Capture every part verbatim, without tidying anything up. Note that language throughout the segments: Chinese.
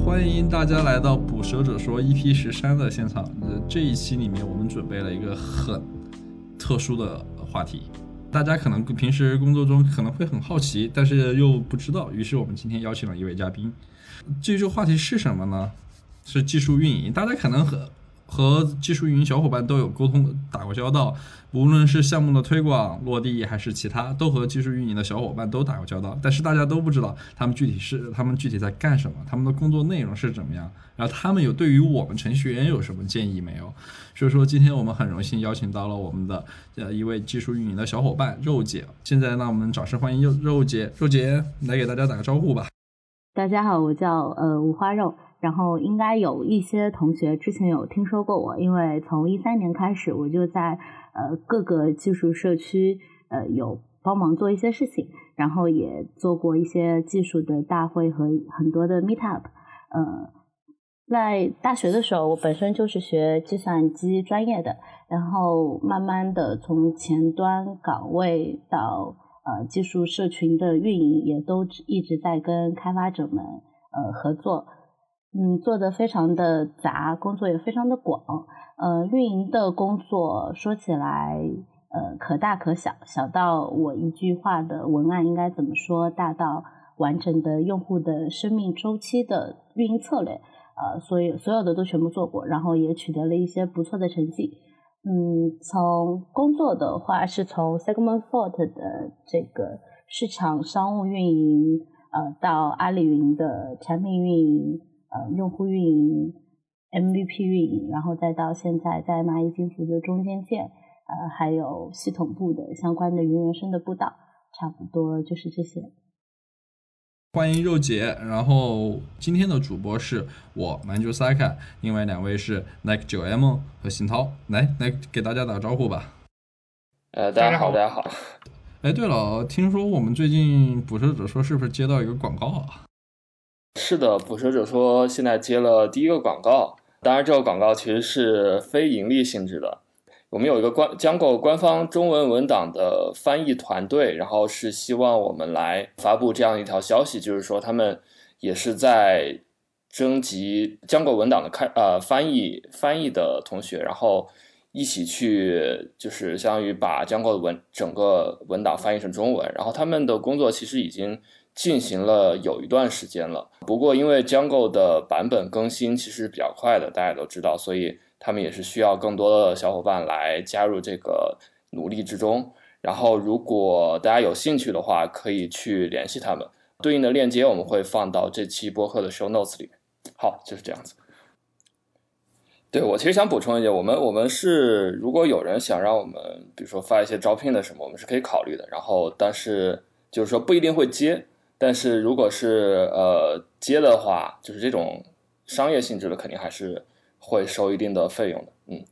欢迎大家来到捕蛇者说 E P 十三的现场。这一期里面我们准备了一个很特殊的话题，大家可能平时工作中可能会很好奇，但是又不知道，于是我们今天邀请了一位嘉宾。至于这个话题是什么呢？是技术运营。大家可能和和技术运营小伙伴都有沟通打过交道，无论是项目的推广落地还是其他，都和技术运营的小伙伴都打过交道，但是大家都不知道他们具体是他们具体在干什么，他们的工作内容是怎么样，然后他们有对于我们程序员有什么建议没有。所以说今天我们很荣幸邀请到了我们的呃一位技术运营的小伙伴肉姐。现在让我们掌声欢迎肉肉姐。肉姐来给大家打个招呼吧。 大家好，我叫呃五花肉，然后应该有一些同学之前有听说过我，因为从一三年开始我就在呃各个技术社区呃有帮忙做一些事情，然后也做过一些技术的大会和很多的 meetup。呃，在大学的时候我本身就是学计算机专业的，然后慢慢的从前端岗位到呃，技术社群的运营也都一直在跟开发者们呃合作，嗯，做得非常的杂，工作也非常的广。呃，运营的工作说起来，呃，可大可小，小到我一句话的文案应该怎么说，大到完整的用户的生命周期的运营策略，呃，所以所有的都全部做过，然后也取得了一些不错的成绩。嗯，从工作的话是从 Segmentfault 的这个市场商务运营，呃，到阿里云的产品运营，呃，用户运营 ，M V P 运营，然后再到现在在蚂蚁金服的中间件，呃，还有系统部的相关的云原生的布道，差不多就是这些。 欢迎肉姐，然后今天的主播是我满九 Saka， 另外两位是 Nike 九 M 和邢涛，来来给大家打个招呼吧。 呃，大家好，大家好。 哎，对了，听说我们最近捕蛇者说是不是接到一个广告啊？ 是的，捕蛇者说现在接了第一个广告，当然这个广告其实是非盈利性质的。我们有一个官 Django 官方中文文档的翻译团队，然后是希望我们来发布这样一条消息，就是说他们也是在征集 Django 文档的开呃翻译翻译的同学，然后一起去就是相当于把 Django 的文整个文档翻译成中文，然后他们的工作其实已经进行了有一段时间了。不过因为 Django 的版本更新其实比较快的，大家都知道，所以他们也是需要更多的小伙伴来加入这个努力之中。然后如果大家有兴趣的话，可以去联系他们，对应的链接我们会放到这期播客的 show notes 里面。好，就是这样子。对，我其实想补充一点，我们我们是如果有人想让我们比如说发一些招聘的什么，我们是可以考虑的，然后但是就是说不一定会接，但是如果是呃接的话，就是这种商业性质的肯定还是会收一定的费用的。嗯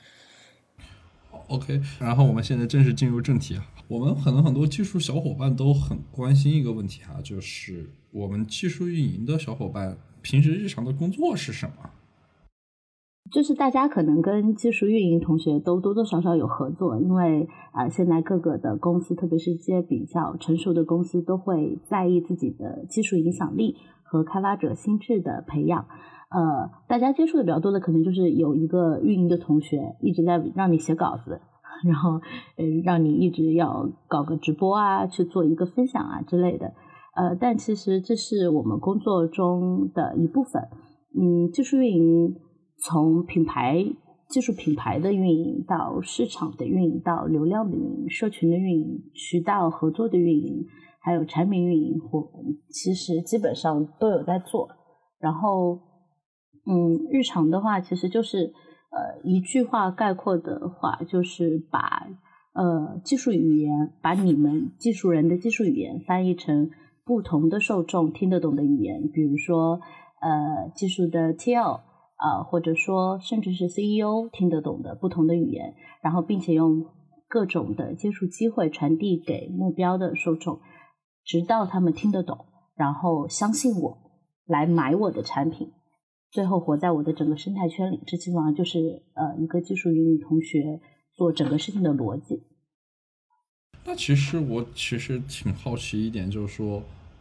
OK， 然后我们现在正式进入正题啊。我们可能很多技术小伙伴都很关心一个问题啊，就是我们技术运营的小伙伴平时日常的工作是什么？ 就是大家可能跟技术运营同学都多多少少有合作，因为呃现在各个的公司，特别是一些比较成熟的公司，都会在意自己的技术影响力和开发者心智的培养。呃，大家接触的比较多的，可能就是有一个运营的同学一直在让你写稿子，然后呃让你一直要搞个直播啊，去做一个分享啊之类的。呃，但其实这是我们工作中的一部分。嗯，技术运营从品牌技术品牌的运营到市场的运营到流量的运营、社群的运营、渠道合作的运营，还有产品运营，或其实基本上都有在做。然后嗯，日常的话其实就是呃一句话概括的话，就是把呃技术语言，把你们技术人的技术语言翻译成不同的受众听得懂的语言，比如说呃技术的 T L呃，或者说甚至是 C E O 听得懂的不同的语言，然后并且用各种的接触机会传递给目标的受众，直到他们听得懂，然后相信我，来买我的产品，最后活在我的整个生态圈里。这基本上就是呃一个技术运营同学做整个事情的逻辑。 那其实我其实挺好奇一点，就是说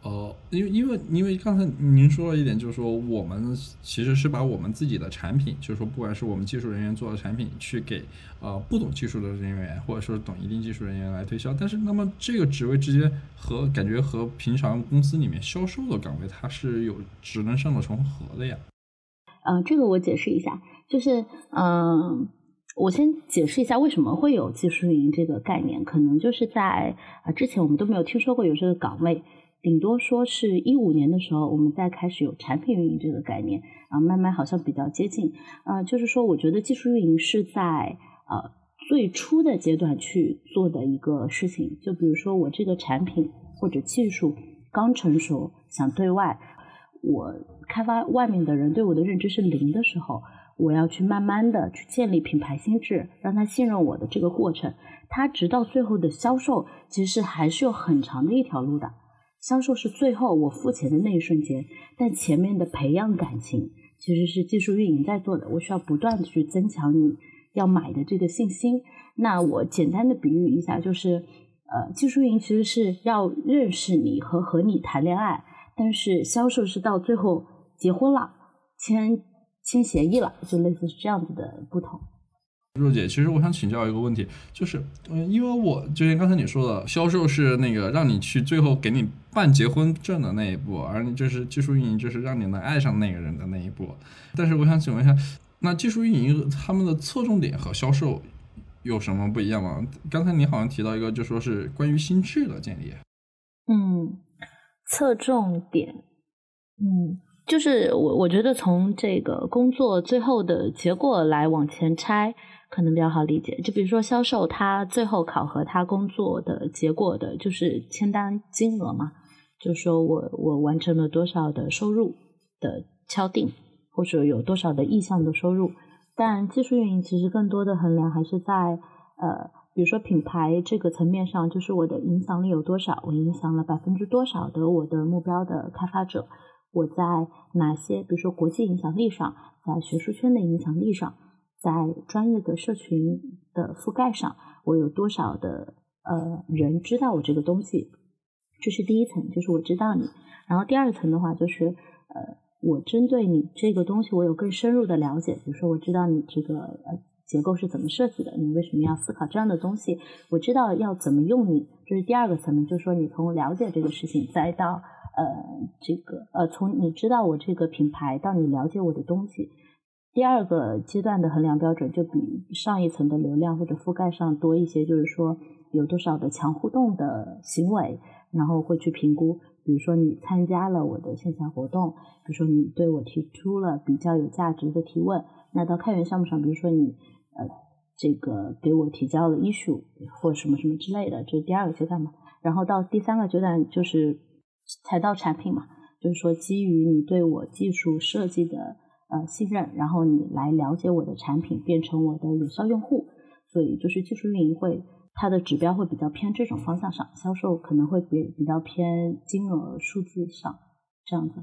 呃，因为因为因为刚才您说了一点，就是说我们其实是把我们自己的产品，就是说不管是我们技术人员做的产品，去给呃不懂技术的人员，或者说懂一定技术人员来推销。但是那么这个职位之间和感觉和平常公司里面销售的岗位，它是有职能上的重合的呀。 呃，这个我解释一下，就是嗯。呃我先解释一下为什么会有技术运营这个概念，可能就是在呃之前我们都没有听说过有这个岗位，顶多说是一五年的时候我们再开始有产品运营这个概念，啊、呃，慢慢好像比较接近。呃，就是说我觉得技术运营是在呃最初的阶段去做的一个事情，就比如说我这个产品或者技术刚成熟，想对外，我开发外面的人对我的认知是零的时候，我要去慢慢的去建立品牌心智，让他信任我的这个过程，他直到最后的销售其实还是有很长的一条路的。销售是最后我付钱的那一瞬间，但前面的培养感情其实是技术运营在做的，我需要不断的去增强你要买的这个信心。那我简单的比喻一下，就是呃，技术运营其实是要认识你和和你谈恋爱，但是销售是到最后结婚了，签签协议了，就类似是这样子的不同。 若姐，其实我想请教一个问题，就是，嗯，因为我就像刚才你说的，销售是那个让你去最后给你办结婚证的那一步，而你就是技术运营，就是让你能爱上那个人的那一步。但是我想请问一下，那技术运营他们的侧重点和销售有什么不一样吗？刚才你好像提到一个，就说是关于心智的建立。 嗯，侧重点，嗯。就是我我觉得从这个工作最后的结果来往前拆可能比较好理解。就比如说销售，他最后考核他工作的结果的就是签单金额嘛，就是说我我完成了多少的收入的敲定，或者有多少的意向的收入。但技术运营其实更多的衡量还是在呃比如说品牌这个层面上，就是我的影响力有多少，我影响了百分之多少的我的目标的开发者，我在哪些比如说国际影响力上，在学术圈的影响力上，在专业的社群的覆盖上，我有多少的呃人知道我这个东西，这是第一层，就是我知道你。然后第二层的话就是呃我针对你这个东西我有更深入的了解，比如说我知道你这个呃结构是怎么设计的，你为什么要思考这样的东西，我知道要怎么用你，这是第二个层面，就是说你从了解这个事情再到呃，这个呃，从你知道我这个品牌到你了解我的东西，第二个阶段的衡量标准就比上一层的流量或者覆盖上多一些，就是说有多少的强互动的行为，然后会去评估，比如说你参加了我的线下活动，比如说你对我提出了比较有价值的提问，那到开源项目上，比如说你呃这个给我提交了 issue 或什么什么之类的，这是第二个阶段嘛。然后到第三个阶段就是才到产品嘛，就是说基于你对我技术设计的呃信任，然后你来了解我的产品，变成我的有效用户。所以就是技术运营会它的指标会比较偏这种方向上，销售可能会比比较偏金额数字上这样子。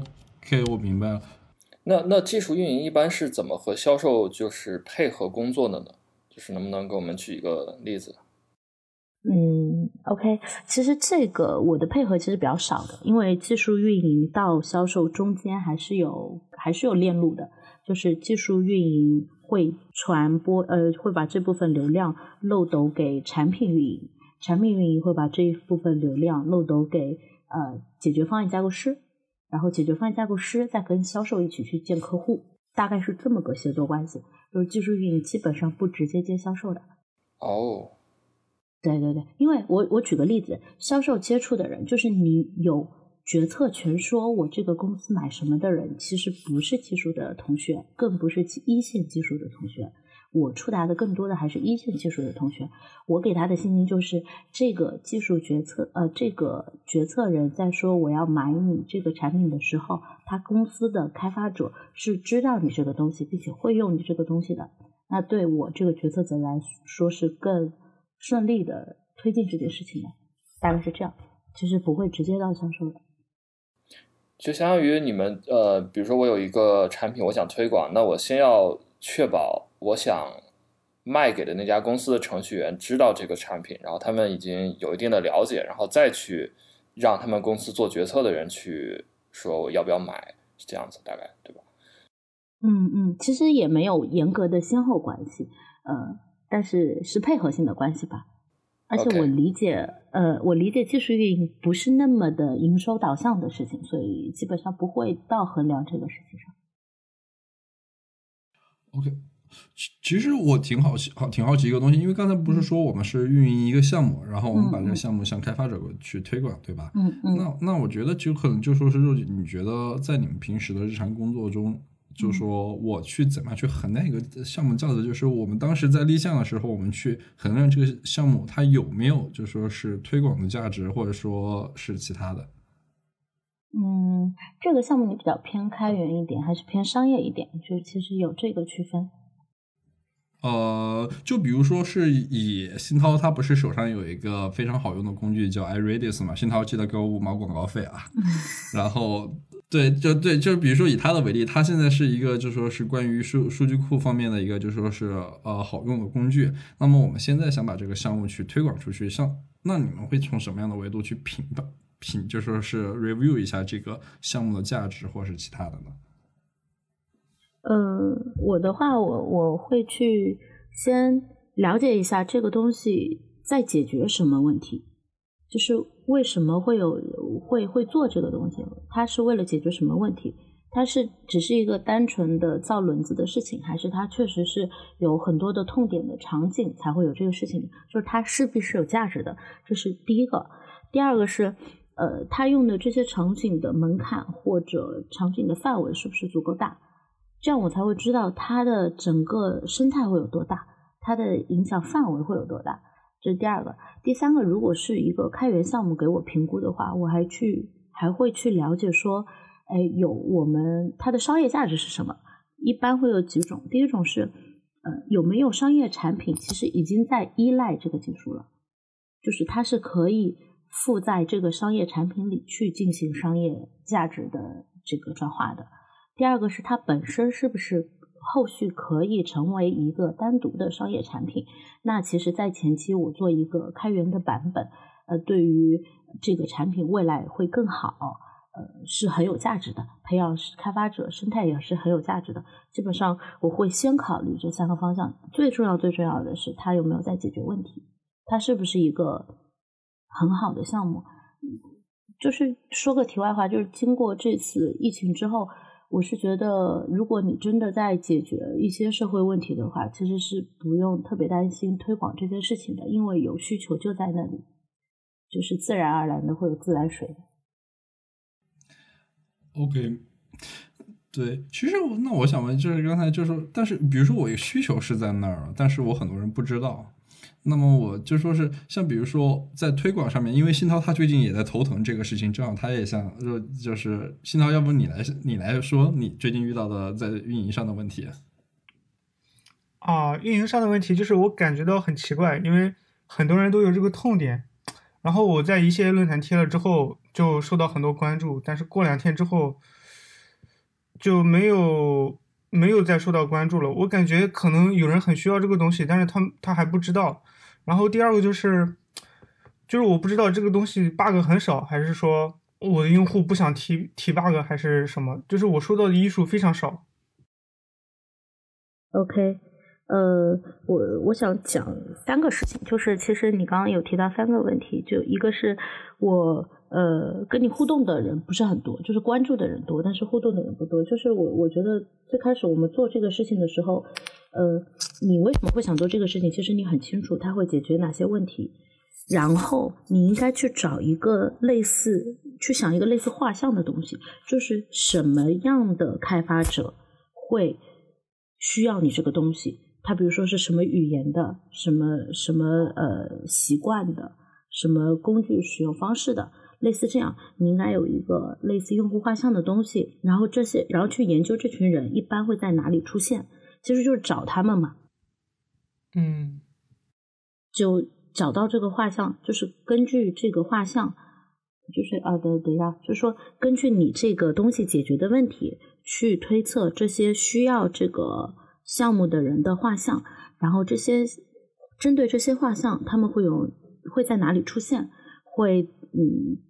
OK， 我明白了。 那那技术运营一般是怎么和销售就是配合工作的呢？就是能不能给我们举一个例子？ 嗯 OK， 其实这个我的配合其实比较少的，因为技术运营到销售中间还是有还是有链路的，就是技术运营会传播呃会把这部分流量漏斗给产品运营，产品运营会把这一部分流量漏斗给呃解决方案架构师，然后解决方案架构师再跟销售一起去见客户，大概是这么个协作关系，就是技术运营基本上不直接接销售的。 哦、oh. 对对对，因为我我举个例子，销售接触的人，就是你有决策权说我这个公司买什么的人，其实不是技术的同学，更不是一线技术的同学，我触达的更多的还是一线技术的同学。我给他的信息就是这个技术决策呃，这个决策人在说我要买你这个产品的时候，他公司的开发者是知道你这个东西并且会用你这个东西的，那对我这个决策者来说是更顺利的推进这件事情的，大概是这样，其实不会直接到销售的。 就相当于你们呃，比如说我有一个产品我想推广，那我先要确保我想卖给的那家公司的程序员知道这个产品，然后他们已经有一定的了解，然后再去让他们公司做决策的人去说我要不要买，是这样子大概对吧？ 嗯嗯，其实也没有严格的先后关系，呃，但是是配合性的关系吧。而且我理解， Okay. 呃，我理解技术运营不是那么的营收导向的事情，所以基本上不会到衡量这个事情上。 OK， 其实我挺好奇，好挺好奇一个东西，因为刚才不是说我们是运营一个项目，嗯、然后我们把这个项目向开发者去推广，嗯、对吧？ 嗯嗯。 那那我觉得就可能就说是肉姐，你觉得在你们平时的日常工作中，就说我去怎么样去衡量一个项目价值，就是我们当时在立项的时候，我们去衡量这个项目它有没有就说是推广的价值，或者说是其他的。 嗯，这个项目你比较偏开源一点，还是偏商业一点？就其实有这个区分。 呃，就比如说是以新涛，他不是手上有一个非常好用的工具叫 iRadius 嘛？新涛记得给我五毛广告费啊。然后，对，就对，就比如说以他的为例，他现在是一个就说是关于数数据库方面的一个就说是呃好用的工具。那么我们现在想把这个项目去推广出去，像那你们会从什么样的维度去评评，就说是 review 一下这个项目的价值，或是其他的呢？ 呃，我的话，我我会去先了解一下这个东西在解决什么问题，就是为什么会有会会做这个东西，它是为了解决什么问题？它是只是一个单纯的造轮子的事情，还是它确实是有很多的痛点的场景才会有这个事情？就是它势必是有价值的，这是第一个。第二个是，呃，它用的这些场景的门槛或者场景的范围是不是足够大？这样我才会知道它的整个生态会有多大，它的影响范围会有多大。这是第二个。第三个，如果是一个开源项目给我评估的话，我还去还会去了解说，哎，有我们它的商业价值是什么？一般会有几种。第一种是，呃，有没有商业产品其实已经在依赖这个技术了，就是它是可以附在这个商业产品里去进行商业价值的这个转化的。第二个是它本身是不是后续可以成为一个单独的商业产品。那其实在前期我做一个开源的版本，呃，对于这个产品未来会更好，呃，是很有价值的，培养开发者生态也是很有价值的。基本上我会先考虑这三个方向，最重要最重要的是它有没有在解决问题，它是不是一个很好的项目。就是说个题外话，就是经过这次疫情之后，我是觉得如果你真的在解决一些社会问题的话，其实是不用特别担心推广这件事情的，因为有需求就在那里，就是自然而然的会有自来水。 OK， 对，其实我那我想问，就是刚才就是说，但是比如说我有需求是在那儿，但是我很多人不知道，那么我就说是像比如说在推广上面，因为新涛他最近也在头疼这个事情，正好他也想说，就是新涛，要不你来你来说你最近遇到的在运营上的问题。 啊，运营上的问题就是我感觉到很奇怪，因为很多人都有这个痛点，然后我在一些论坛贴了之后就受到很多关注，但是过两天之后就没有没有再受到关注了。我感觉可能有人很需要这个东西，但是他他还不知道。然后第二个就是就是我不知道这个东西 bug 很少，还是说我的用户不想提提 bug 还是什么，就是我收到的医术非常少。 OK， 呃，我我想讲三个事情，就是其实你刚刚有提到三个问题，就一个是我呃跟你互动的人不是很多，就是关注的人多，但是互动的人不多。就是我我觉得最开始我们做这个事情的时候，呃，你为什么会想做这个事情？其实你很清楚它会解决哪些问题，然后你应该去找一个类似，去想一个类似画像的东西，就是什么样的开发者会需要你这个东西。它比如说是什么语言的，什么什么呃习惯的，什么工具使用方式的，类似这样，你应该有一个类似用户画像的东西，然后这些，然后去研究这群人一般会在哪里出现，其实就是找他们嘛。 嗯， 就找到这个画像，就是根据这个画像，就是啊，等等一下，就是说根据你这个东西解决的问题，去推测这些需要这个项目的人的画像，然后这些针对这些画像，他们会有会在哪里出现，会嗯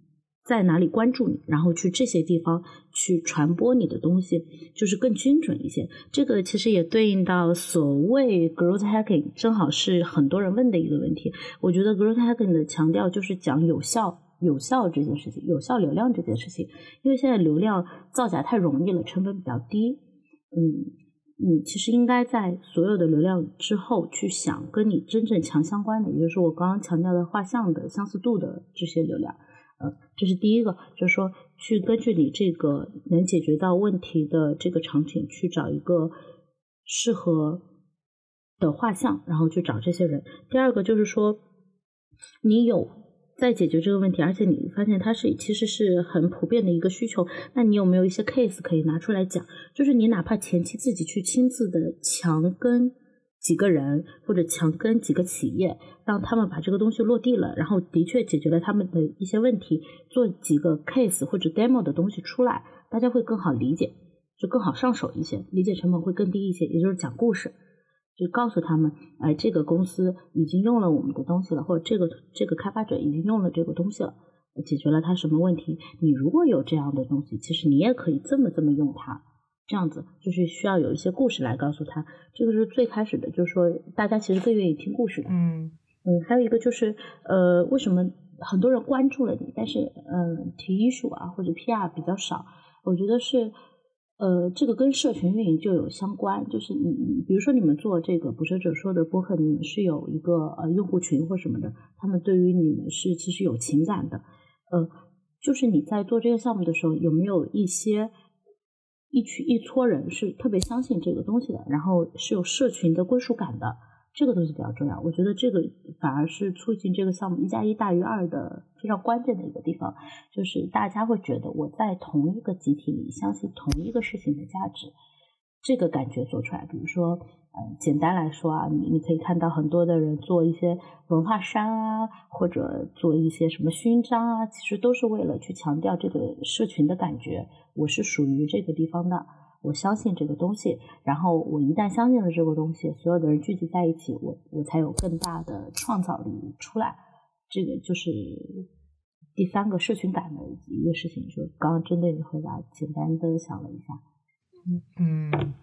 在哪里关注你，然后去这些地方去传播你的东西，就是更精准一些。这个其实也对应到所谓 growth hacking， 正好是很多人问的一个问题。我觉得 growth hacking 的强调就是讲有效有效这件事情，有效流量这件事情，因为现在流量造假太容易了，成本比较低。嗯，你其实应该在所有的流量之后去想跟你真正强相关的，也就是我刚刚强调的画像的相似度的这些流量。呃，这是第一个，就是说去根据你这个能解决到问题的这个场景去找一个适合的画像，然后去找这些人。第二个就是说你有在解决这个问题，而且你发现它是其实是很普遍的一个需求，那你有没有一些 case 可以拿出来讲？就是你哪怕前期自己去亲自的强跟几个人或者强跟几个企业，让他们把这个东西落地了，然后的确解决了他们的一些问题，做几个 case 或者 demo 的东西出来，大家会更好理解，就更好上手一些，理解成本会更低一些。也就是讲故事，就告诉他们，哎，这个公司已经用了我们的东西了，或者这个这个开发者已经用了这个东西了，解决了他什么问题。你如果有这样的东西，其实你也可以这么这么用它。这样子就是需要有一些故事来告诉他，这个是最开始的，就是说大家其实更愿意听故事的。 嗯嗯，还有一个就是呃，为什么很多人关注了你，但是呃提 issue 啊或者 P R 比较少？我觉得是呃这个跟社群运营就有相关，就是你比如说你们做这个捕蛇者说的播客，你们是有一个呃用户群或什么的，他们对于你们是其实有情感的。呃，就是你在做这个项目的时候，有没有一些一群一撮人是特别相信这个东西的，然后是有社群的归属感的，这个东西比较重要。我觉得这个反而是促进这个项目一加一大于二的非常关键的一个地方，就是大家会觉得我在同一个集体里相信同一个事情的价值，这个感觉做出来。比如说呃，简单来说啊，你你可以看到很多的人做一些文化衫啊，或者做一些什么勋章啊，其实都是为了去强调这个社群的感觉，我是属于这个地方的，我相信这个东西，然后我一旦相信了这个东西，所有的人聚集在一起，我我才有更大的创造力出来。这个就是第三个社群感的一个事情，就刚刚针对你回答简单的想了一下。 嗯。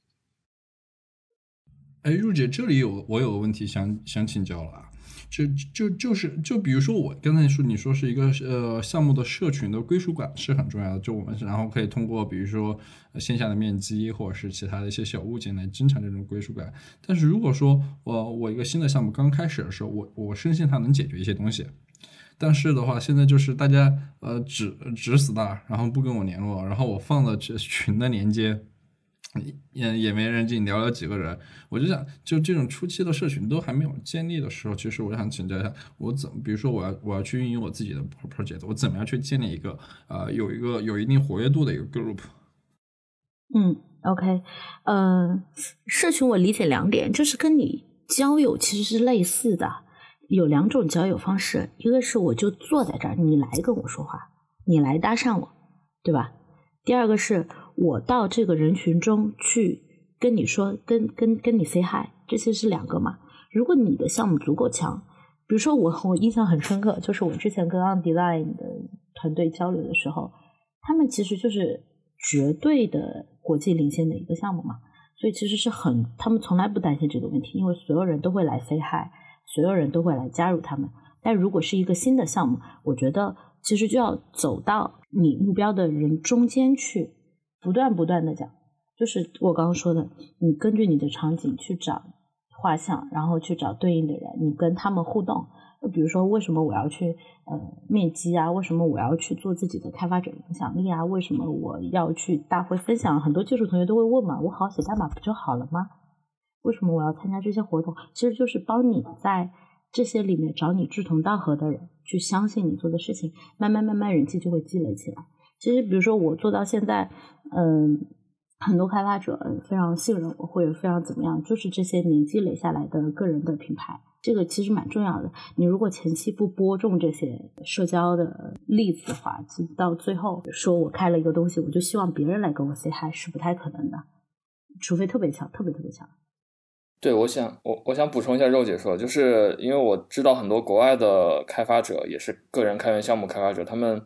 哎，入姐，这里有我有个问题想想请教了啊，就就就是就比如说我刚才说你说是一个呃项目的社群的归属感是很重要的，就我们然后可以通过比如说、呃、线下的面基或者是其他的一些小物件来增强这种归属感。但是如果说我、呃、我一个新的项目刚开始的时候，我我深信它能解决一些东西，但是的话，现在就是大家呃只只死大，然后不跟我联络，然后我放了这群的连接。也也没人进，聊了几个人，我就想，就这种初期的社群都还没有建立的时候，其实我想请教一下，我怎么，比如说我要我要去运营我自己的 project， 我怎么样去建立一个呃有一个有一定活跃度的一个 group？ 嗯 ，OK， 呃，社群我理解两点，就是跟你交友其实是类似的，有两种交友方式，一个是我就坐在这儿，你来跟我说话，你来搭讪我，对吧？第二个是我到这个人群中去跟你说，跟跟跟你 say hi， 这些是两个嘛。如果你的项目足够强，比如说我我印象很深刻，就是我之前跟 OnDesign 的团队交流的时候，他们其实就是绝对的国际领先的一个项目嘛，所以其实是很，他们从来不担心这个问题，因为所有人都会来 say hi， 所有人都会来加入他们。但如果是一个新的项目，我觉得其实就要走到你目标的人中间去，不断不断的讲，就是我刚刚说的，你根据你的场景去找画像，然后去找对应的人，你跟他们互动。比如说为什么我要去呃面基啊，为什么我要去做自己的开发者影响力啊，为什么我要去大会分享，很多技术同学都会问嘛，我好好写代码不就好了吗？为什么我要参加这些活动？其实就是帮你在这些里面找你志同道合的人，去相信你做的事情，慢慢慢慢人气就会积累起来。其实比如说我做到现在，嗯，很多开发者非常信任我，或者非常怎么样，就是这些年积累下来的个人的品牌，这个其实蛮重要的。你如果前期不播种这些社交的例子的话，就到最后说我开了一个东西，我就希望别人来跟我 say hi 是不太可能的，除非特别强，特别特别强。 对，我想我我想补充一下肉姐说，就是因为我知道很多国外的开发者也是个人开源项目开发者，他们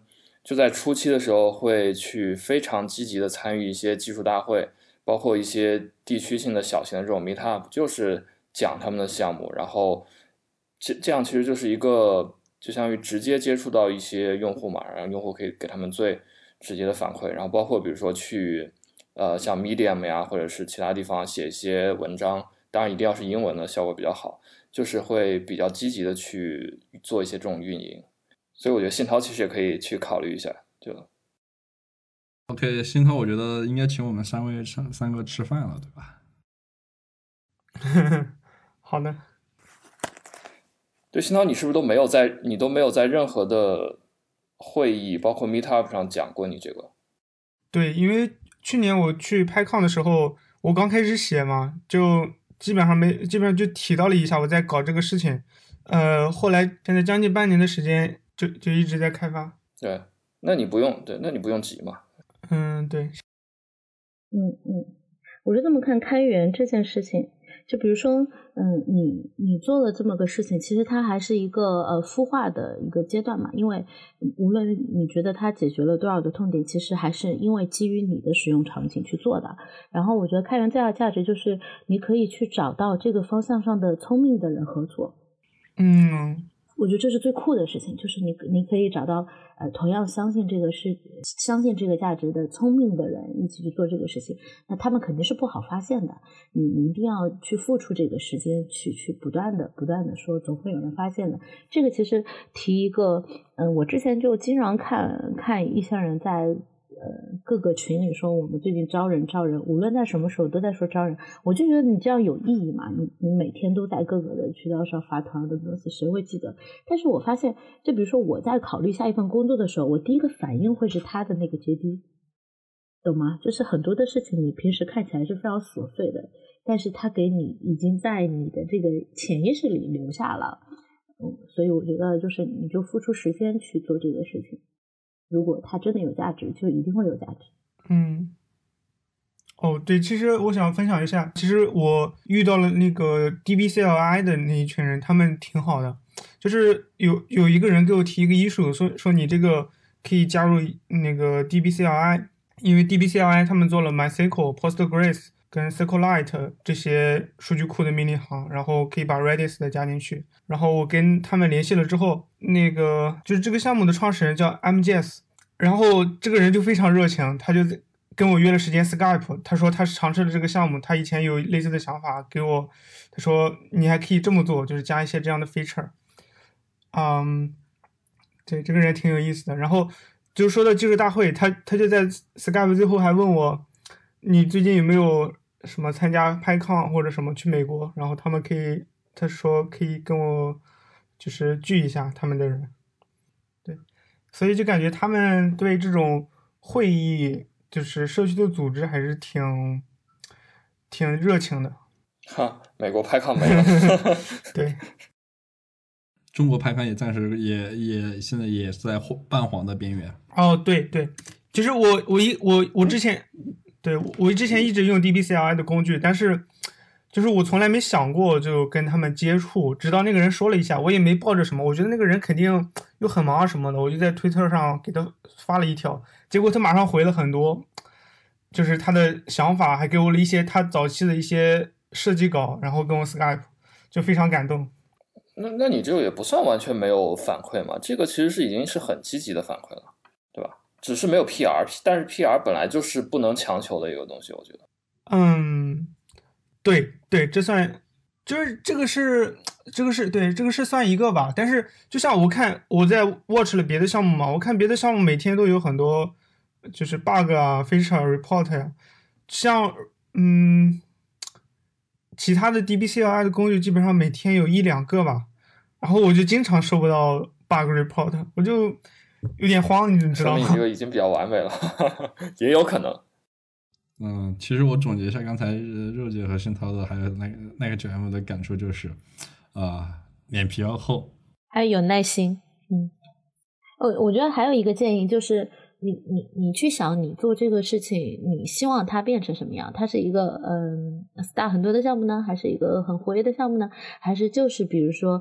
就在初期的时候会去非常积极的参与一些技术大会，包括一些地区性的小型的这种 meetup， 就是讲他们的项目，然后这这样其实就是一个就相当于直接接触到一些用户嘛，然后用户可以给他们最直接的反馈，然后包括比如说去呃像 Medium 呀或者是其他地方写一些文章，当然一定要是英文的，效果比较好，就是会比较积极的去做一些这种运营。所以我觉得信涛其实也可以去考虑一下。就 OK， 信涛我觉得应该请我们三位吃三个吃饭了，对吧？ 好的。 对，信涛你是不是都没有在你都没有在任何的会议包括 Meetup 上讲过你这个？ 对，因为去年我去拍抗的时候，我刚开始写嘛，就基本上没基本上就提到了一下我在搞这个事情，呃，后来现在将近半年的时间就就一直在开发。 对，那你不用对，那你不用急嘛。 嗯，对。 嗯嗯，我就这么看开源这件事情，就比如说，嗯，你你做了这么个事情，其实它还是一个呃孵化的一个阶段嘛，因为无论你觉得它解决了多少的痛点，其实还是因为基于你的使用场景去做的。然后我觉得开源最大的价值就是你可以去找到这个方向上的聪明的人合作。 嗯。 我觉得这是最酷的事情，就是你你可以找到呃同样相信这个是相信这个价值的聪明的人一起去做这个事情，那他们肯定是不好发现的，你你一定要去付出这个时间去去不断的不断的说，总会有人发现的。这个其实提一个嗯、呃，我之前就经常看看一些人在呃各个群里说我们最近招人招人，无论在什么时候都在说招人，我就觉得你这样有意义嘛？你你每天都在各个的渠道上发同样的东西，谁会记得？但是我发现，就比如说我在考虑下一份工作的时候，我第一个反应会是他的那个 J D， 懂吗？就是很多的事情你平时看起来是非常琐碎的，但是他给你已经在你的这个潜意识里留下了。嗯，所以我觉得就是你就付出时间去做这个事情。如果它真的有价值，就一定会有价值。 嗯，哦，对，其实我想分享一下，其实我遇到了那个 D B C L I 的那一群人，他们挺好的。就是有有一个人给我提一个 issue，说说你这个可以加入那个 D B C L I， 因为 D B C L I 他们做了 MySQL、Postgres 跟 SQLite 这些数据库的命令行，然后可以把 Redis 的加进去。然后我跟他们联系了之后，那个就是这个项目的创始人叫 M J S， 然后这个人就非常热情，他就跟我约了时间 Skype， 他说他是尝试了这个项目，他以前有类似的想法给我，他说你还可以这么做，就是加一些这样的 feature。嗯，对，这个人挺有意思的。然后就说到技术大会，他他就在 Skype 最后还问我，你最近有没有什么参加 PyCon 或者什么去美国？然后他们可以，他说可以跟我就是聚一下他们的人。对，所以就感觉他们对这种会议就是社区的组织还是挺挺热情的。 哈，美国PyCon没了。 对。 中国PyCon也暂时也也现在也在半黄的边缘。 哦，对对，其实我我一我我之前对我之前一直用 D B C L I 的工具，但是就是我从来没想过就跟他们接触，直到那个人说了一下，我也没抱着什么，我觉得那个人肯定又很忙什么的，我就在推特上给他发了一条，结果他马上回了很多，就是他的想法，还给我了一些他早期的一些设计稿，然后跟我 Skype， 就非常感动。 那那你这个也不算完全没有反馈嘛，这个其实是已经是很积极的反馈了，对吧？只是没有 P R， 但是 P R 本来就是不能强求的一个东西，我觉得。 嗯，对对，这算就是这个是这个是对这个是算一个吧。但是就像我看我在 watch 了别的项目嘛，我看别的项目每天都有很多就是 bug 啊 feature report 呀、啊，像嗯。其他的 D B C L I 的工具基本上每天有一两个吧，然后我就经常收不到 bug report， 我就有点慌，你知道吗？ 说明你这个已经比较完美了，也有可能。 嗯，其实我总结一下刚才肉姐和申涛的，还有那个那个九 M 的感触就是，啊、呃，脸皮要厚， 还有耐心。嗯，我我觉得还有一个建议就是。你你你去想，你做这个事情，你希望它变成什么样？它是一个嗯 start 很多的项目呢，还是一个很活跃的项目呢？还是就是比如说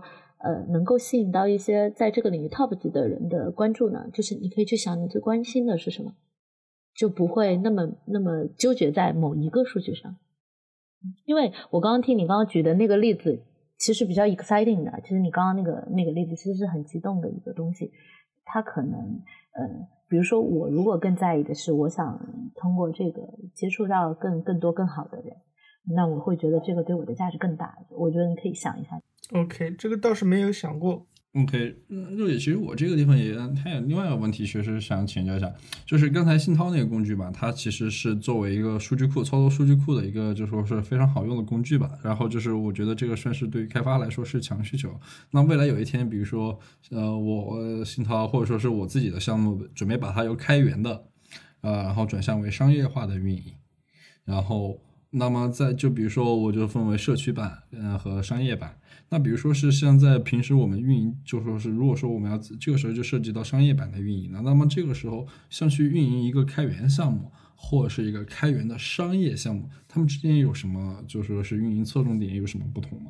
呃能够吸引到一些在这个领域 top 级的人的关注呢？就是你可以去想你最关心的是什么，就不会那么那么纠结在某一个数据上。因为我刚刚听你刚刚举的那个例子其实比较 exciting 的，其实你刚刚那个那个例子其实是很激动的一个东西，它可能呃，比如说我如果更在意的是我想通过这个接触到更更多更好的人，那我会觉得这个对我的价值更大，我觉得你可以想一下。 OK， 这个倒是没有想过。 OK， 肉姐，其实我这个地方也它有另外一个问题，确实想请教一下，就是刚才信涛那个工具吧，它其实是作为一个数据库操作数据库的一个就说是非常好用的工具吧。然后就是我觉得这个算是对于开发来说是强需求。那未来有一天，比如说呃我信涛或者说是我自己的项目准备把它由开源的呃然后转向为商业化的运营，然后那么在就比如说我就分为社区版呃和商业版。那比如说是像在平时我们运营，就说是如果说我们要这个时候就涉及到商业版的运营了，那么这个时候像去运营一个开源项目或者是一个开源的商业项目，它们之间有什么就说是运营侧重点有什么不同吗？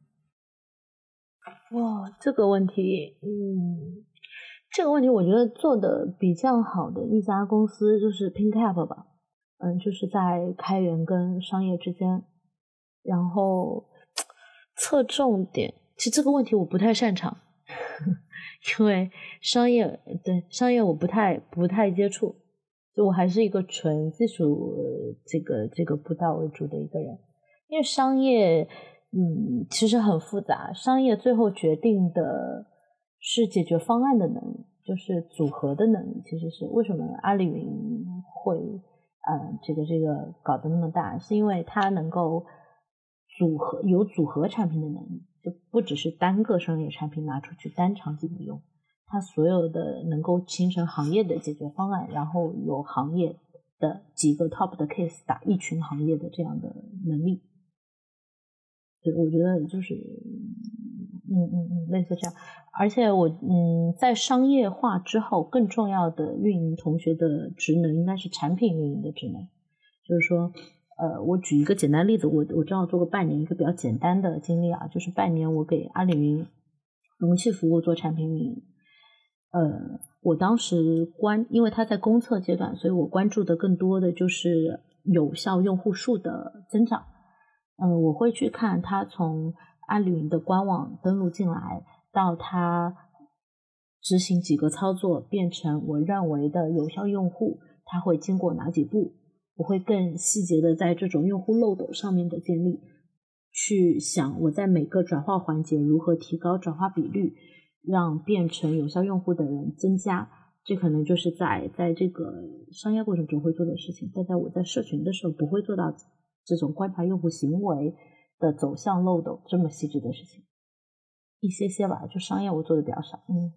哇，这个问题，嗯，这个问题我觉得做的比较好的一家公司就是 PinCap 吧，嗯，就是在开源跟商业之间，然后侧重点，其实这个问题我不太擅长，因为商业对商业我不太不太接触，就我还是一个纯技术这个这个布道为主的一个人，因为商业嗯其实很复杂，商业最后决定的是解决方案的能力，就是组合的能力，其实是为什么阿里云会呃这个这个搞得那么大，是因为它能够组合有组合产品的能力，就不只是单个商业产品拿出去单场景的用，它所有的能够形成行业的解决方案，然后有行业的几个 top 的 case 打一群行业的这样的能力。对，我觉得就是嗯嗯嗯类似这样。而且我嗯在商业化之后更重要的运营同学的职能应该是产品运营的职能，就是说呃，我举一个简单例子，我我正好做过半年一个比较简单的经历啊，就是半年我给阿里云容器服务做产品运营，呃，我当时关，因为它在公测阶段，所以我关注的更多的就是有效用户数的增长。嗯、呃，我会去看它从阿里云的官网登录进来，到它执行几个操作变成我认为的有效用户，它会经过哪几步。我会更细节的在这种用户漏斗上面的建立，去想我在每个转化环节如何提高转化比率，让变成有效用户的人增加。这可能就是在在这个商业过程中会做的事情，但在我在社群的时候不会做到这种观察用户行为的走向漏斗这么细致的事情，一些些吧，就商业我做的比较少。嗯。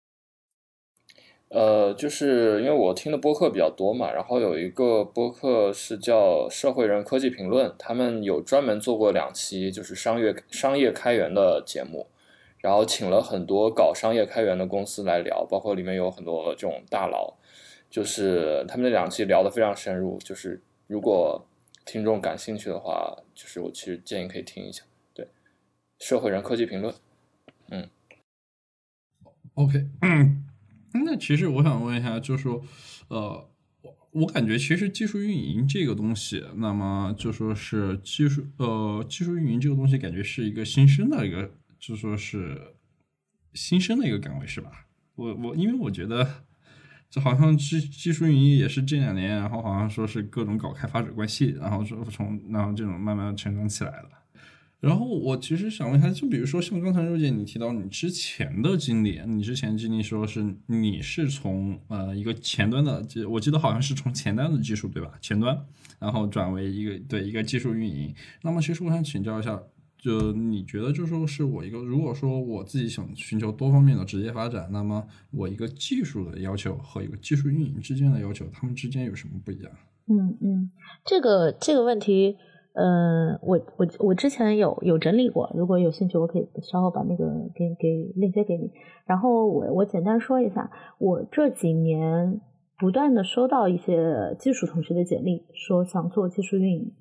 呃，就是因为我听的播客比较多嘛，然后有一个播客是叫社会人科技评论，他们有专门做过两期就是商业商业开源的节目，然后请了很多搞商业开源的公司来聊，包括里面有很多这种大佬，就是他们那两期聊得非常深入，就是如果听众感兴趣的话，就是我其实建议可以听一下。对，社会人科技评论。嗯 OK， 嗯，那其实我想问一下，就是说，呃，我我感觉其实技术运营这个东西，那么就说是技术，呃，技术运营这个东西，感觉是一个新生的一个，就说是新生的一个岗位，是吧？我我因为我觉得，就好像技技术运营也是这两年，然后好像说是各种搞开发者关系，然后说从然后这种慢慢成长起来了。然后我其实想问一下，就比如说像刚才肉姐你提到你之前的经历，你之前经历说是你是从呃一个前端的，我记得好像是从前端的技术对吧？前端，然后转为一个对一个技术运营。那么其实我想请教一下，就你觉得就说是我一个，如果说我自己想寻求多方面的职业发展，那么我一个技术的要求和一个技术运营之间的要求，他们之间有什么不一样？ 嗯嗯，这个这个问题。嗯、呃，我我我之前有有整理过，如果有兴趣，我可以稍后把那个给给链接给你。然后我我简单说一下，我这几年不断的收到一些技术同学的简历，说想做技术运营，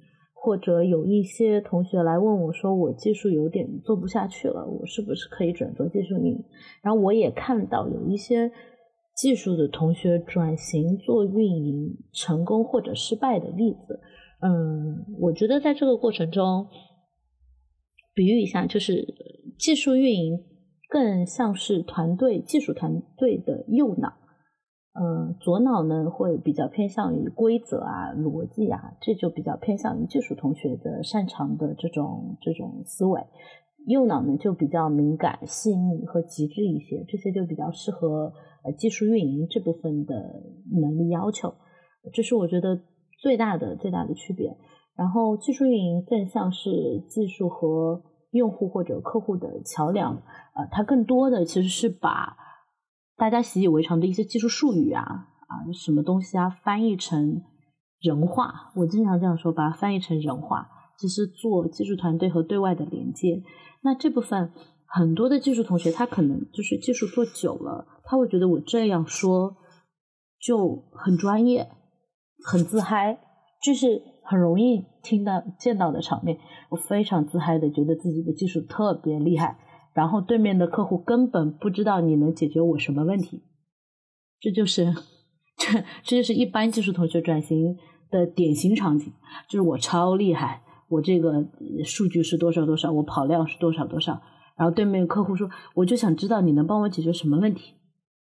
或者有一些同学来问我说我技术有点做不下去了，我是不是可以转做技术运营？然后我也看到有一些技术的同学转型做运营成功或者失败的例子。嗯，我觉得在这个过程中，比喻一下，就是技术运营更像是团队技术团队的右脑。嗯，左脑呢会比较偏向于规则啊、逻辑啊，这就比较偏向于技术同学的擅长的这种这种思维。右脑呢就比较敏感、细腻和极致一些，这些就比较适合呃技术运营这部分的能力要求。这是我觉得最大的最大的区别。然后技术运营更像是技术和用户或者客户的桥梁，呃，它更多的其实是把大家习以为常的一些技术术语啊啊什么东西啊翻译成人话，我经常这样说，把它翻译成人话，其实做技术团队和对外的连接。那这部分很多的技术同学他可能就是技术做久了，他会觉得我这样说就很专业很自嗨，这是很容易听到见到的场面。我非常自嗨的觉得自己的技术特别厉害，然后对面的客户根本不知道你能解决我什么问题。这就是这这就是一般技术同学转型的典型场景，就是我超厉害，我这个数据是多少多少，我跑量是多少多少，然后对面客户说我就想知道你能帮我解决什么问题。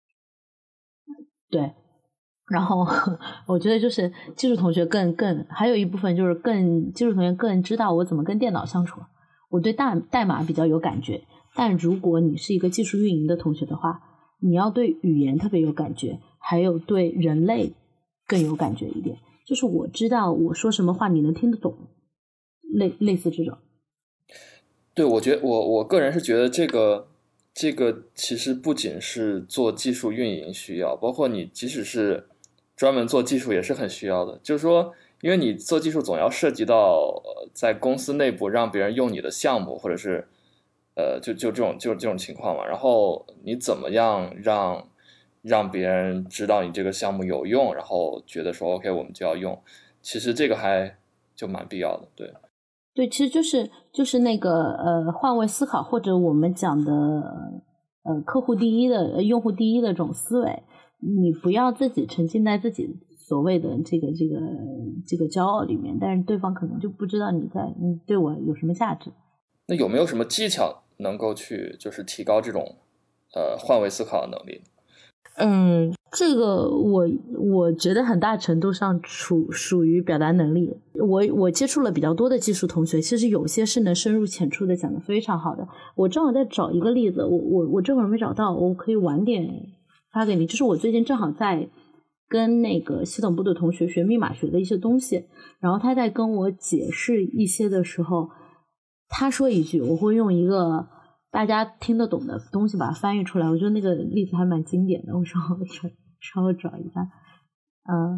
对，然后我觉得就是技术同学更更还有一部分就是更技术同学更知道我怎么跟电脑相处，我对代代码比较有感觉。但如果你是一个技术运营的同学的话，你要对语言特别有感觉，还有对人类更有感觉一点，就是我知道我说什么话你能听得懂，类类似这种。 对，我觉得我我个人是觉得这个这个其实不仅是做技术运营需要，包括你即使是专门做技术也是很需要的。就是说，因为你做技术总要涉及到、呃、在公司内部让别人用你的项目，或者是呃就就这种就这种情况嘛。然后你怎么样让让别人知道你这个项目有用，然后觉得说 OK 我们就要用，其实这个还就蛮必要的。对。 对，其实就是就是那个呃换位思考，或者我们讲的呃客户第一的、呃、用户第一的这种思维，你不要自己沉浸在自己所谓的这个这个这个骄傲里面，但是对方可能就不知道你在你对我有什么价值。 那有没有什么技巧能够去就是提高这种呃换位思考的能力？ 嗯，这个我我觉得很大程度上属属于表达能力。我我接触了比较多的技术同学，其实有些是能深入浅出的讲得非常好的。我正好在找一个例子，我我我这会儿没找到，我可以晚点发给你。就是我最近正好在跟那个系统部的同学学密码学的一些东西，然后他在跟我解释一些的时候，他说一句，我会用一个大家听得懂的东西把它翻译出来，我觉得那个例子还蛮经典的，我稍微找稍微找一下。嗯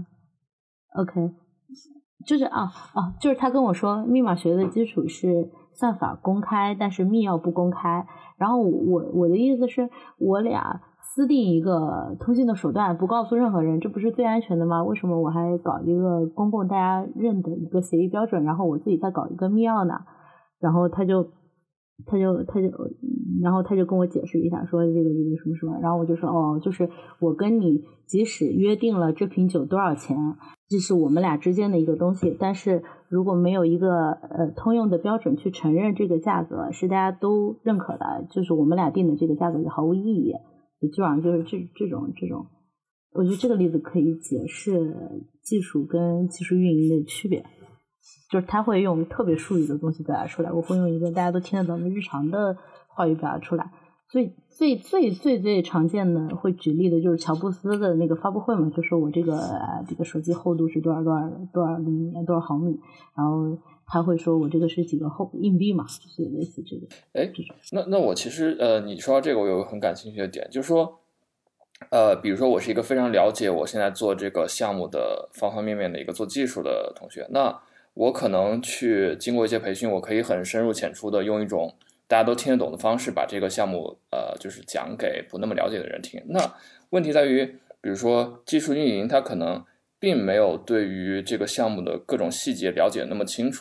OK 就是啊啊，就是他跟我说密码学的基础是算法公开，但是密钥不公开。然后我我的意思是我俩私定一个通信的手段，不告诉任何人，这不是最安全的吗？为什么我还搞一个公共大家认的一个协议标准，然后我自己再搞一个密钥呢？然后他就他就他就然后他就跟我解释一下，说这个这个什么什么，然后我就说哦，就是我跟你即使约定了这瓶酒多少钱，这是我们俩之间的一个东西，但是如果没有一个呃通用的标准去承认这个价格是大家都认可的，就是我们俩定的这个价格也毫无意义。基本上就是这这种这种，我觉得这个例子可以解释技术跟技术运营的区别。就是他会用特别术语的东西表达出来，我会用一个大家都听得懂的日常的话语表达出来。最最最最最常见的会举例的就是乔布斯的那个发布会嘛，就说我这个、呃、这个手机厚度是多少多少多少厘米多少毫米，然后他会说我这个是几个厚硬币嘛，就是类似这个。 哎，那那我其实呃，你说到这个，我有个很感兴趣的点，就是说，呃，比如说我是一个非常了解我现在做这个项目的方方面面的一个做技术的同学，那我可能去经过一些培训，我可以很深入浅出的用一种大家都听得懂的方式把这个项目呃就是讲给不那么了解的人听。那问题在于比如说技术运营它可能并没有对于这个项目的各种细节了解那么清楚，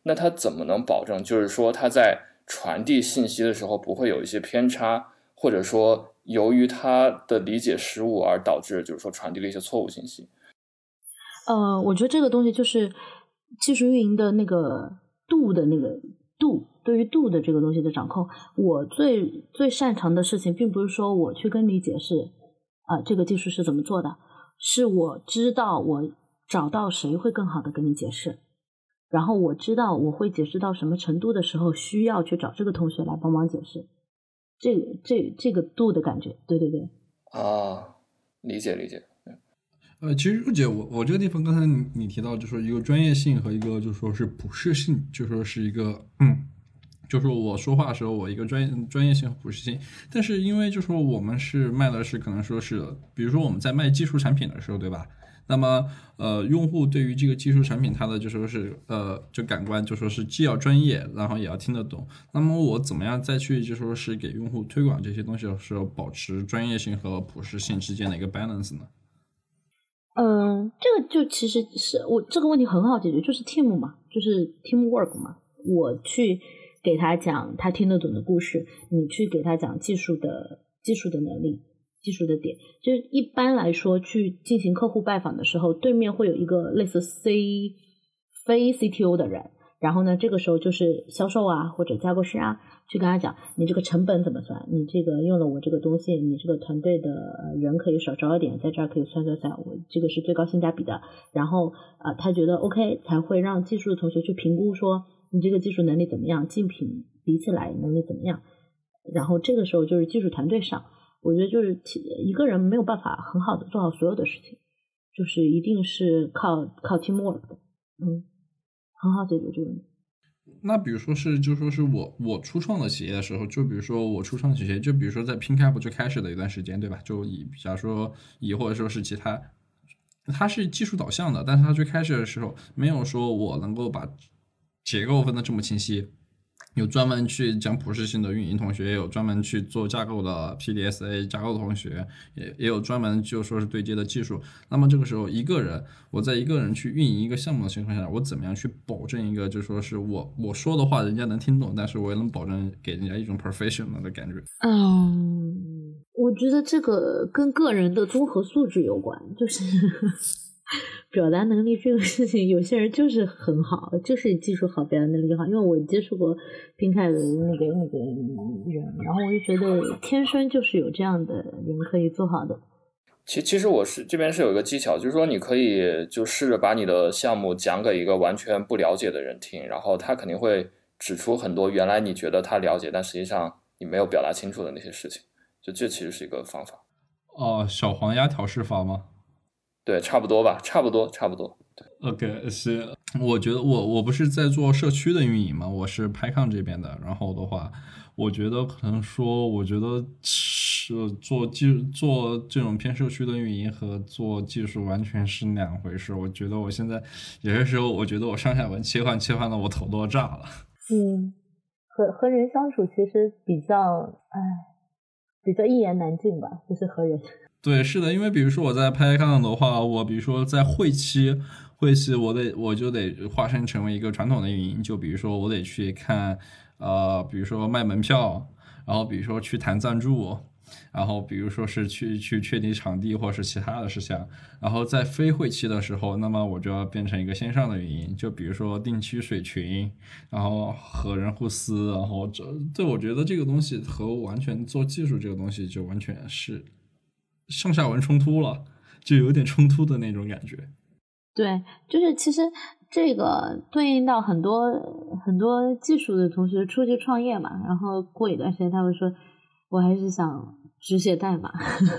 那他怎么能保证就是说他在传递信息的时候不会有一些偏差，或者说由于他的理解失误而导致就是说传递了一些错误信息？ 呃，我觉得这个东西就是技术运营的那个度的那个度，对于度的这个东西的掌控。我最最擅长的事情并不是说我去跟你解释啊、呃、这个技术是怎么做的，是我知道我找到谁会更好的跟你解释，然后我知道我会解释到什么程度的时候需要去找这个同学来帮忙解释，这个这这个度的感觉。对对对啊，理解理解。 呃，其实陆姐，我我这个地方刚才你你提到，就说一个专业性和一个就说是普适性，就说是一个嗯，就是我说话的时候，我一个专业专业性和普适性。但是因为就说我们是卖的是可能说是，比如说我们在卖技术产品的时候，对吧？那么呃，用户对于这个技术产品，它的就说是呃，就感官就说是既要专业，然后也要听得懂。那么我怎么样再去就说是给用户推广这些东西的时候，保持专业性和普适性之间的一个 balance 呢？ 嗯，这个就其实是我这个问题很好解决，就是 team 嘛，就是 teamwork 嘛。我去给他讲他听得懂的故事，你去给他讲技术的技术的能力、技术的点。就是一般来说，去进行客户拜访的时候，对面会有一个类似 C 非 C T O 的人，然后呢，这个时候就是销售啊或者架构师啊，去跟他讲你这个成本怎么算，你这个用了我这个东西，你这个团队的人可以少招一点，在这儿可以算算算，我这个是最高性价比的。然后呃，他觉得 OK 才会让技术的同学去评估说你这个技术能力怎么样，竞品比起来能力怎么样。然后这个时候就是技术团队上，我觉得就是一个人没有办法很好的做好所有的事情，就是一定是靠靠 teamwork 的，嗯，很好解决这个问题。 那比如说是，就说是我我初创的企业的时候，就比如说我初创企业，就比如说在 PinCap 最开始的一段时间，对吧？就以假如说以或者说是其他，它是技术导向的，但是它最开始的时候没有说我能够把结构分得这么清晰。有专门去讲普适性的运营同学，也有专门去做架构的 P D S A 架构的同学，也也有专门就说是对接的技术。那么这个时候，一个人我在一个人去运营一个项目的情况下，我怎么样去保证一个就说是我我说的话人家能听懂，但是我也能保证给人家一种 professional 的感觉。 嗯，我觉得这个跟个人的综合素质有关，就是表达能力这个事情，有些人就是很好，就是技术好，表达能力好。因为我接触过拼开的那个那个人，然后我就觉得天生就是有这样的人可以做好的。 其其实我是这边是有一个技巧，就是说你可以就试着把你的项目讲给一个完全不了解的人听，然后他肯定会指出很多原来你觉得他了解，但实际上你没有表达清楚的那些事情。就这其实是一个方法。 哦，小黄鸭调试法吗？ 对，差不多吧，差不多，差不多。对 OK， 是，我觉得我我不是在做社区的运营嘛，我是 PyCon 这边的。然后的话，我觉得可能说，我觉得是做技做这种偏社区的运营和做技术完全是两回事。我觉得我现在有些时候，我觉得我上下文切换切换的我头都要炸了。 嗯，和和人相处其实比较，哎，比较一言难尽吧，就是和人。 对，是的，因为比如说我在PyCon的话，我比如说在会期，会期我得我就得化身成为一个传统的运营，就比如说我得去看，呃，比如说卖门票，然后比如说去谈赞助，然后比如说是去去确定场地或者是其他的事项，然后在非会期的时候，那么我就要变成一个线上的运营，就比如说定期水群，然后和人互撕，然后这对我觉得这个东西和完全做技术这个东西就完全是。上下文冲突了，就有点冲突的那种感觉。 对，就是其实这个对应到很多很多技术的同学出去创业嘛，然后过一段时间他会说，我还是想只写代码。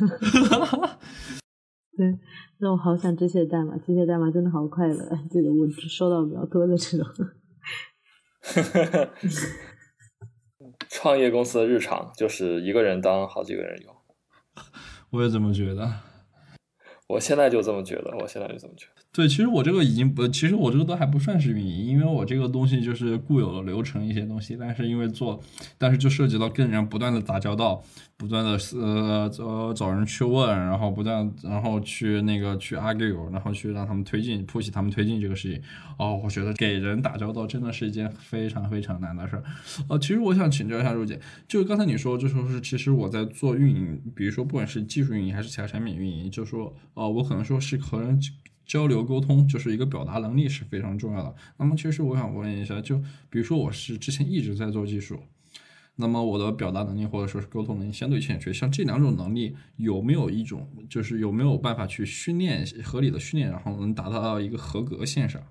对，那我好想只写代码，只写代码真的好快乐。这个我收到比较多的这种。 创业公司的日常就是一个人当好几个人用。 我也这么觉得， 我现在就这么觉得，我现在就这么觉得。 对，其实我这个已经不，其实我这个都还不算是运营，因为我这个东西就是固有的流程一些东西，但是因为做，但是就涉及到跟人不断的打交道，不断的呃呃找人去问，然后不断然后去那个去 argue， 然后去让他们推进，push他们推进这个事情。哦，我觉得给人打交道真的是一件非常非常难的事儿。呃，其实我想请教一下肉姐，就是刚才你说，就说是其实我在做运营，比如说不管是技术运营还是其他产品运营，就说呃我可能说是和人交流沟通，就是一个表达能力是非常重要的。那么其实我想问一下，就比如说我是之前一直在做技术，那么我的表达能力或者说是沟通能力相对欠缺，像这两种能力有没有一种就是有没有办法去训练，合理的训练，然后能达到一个合格线上？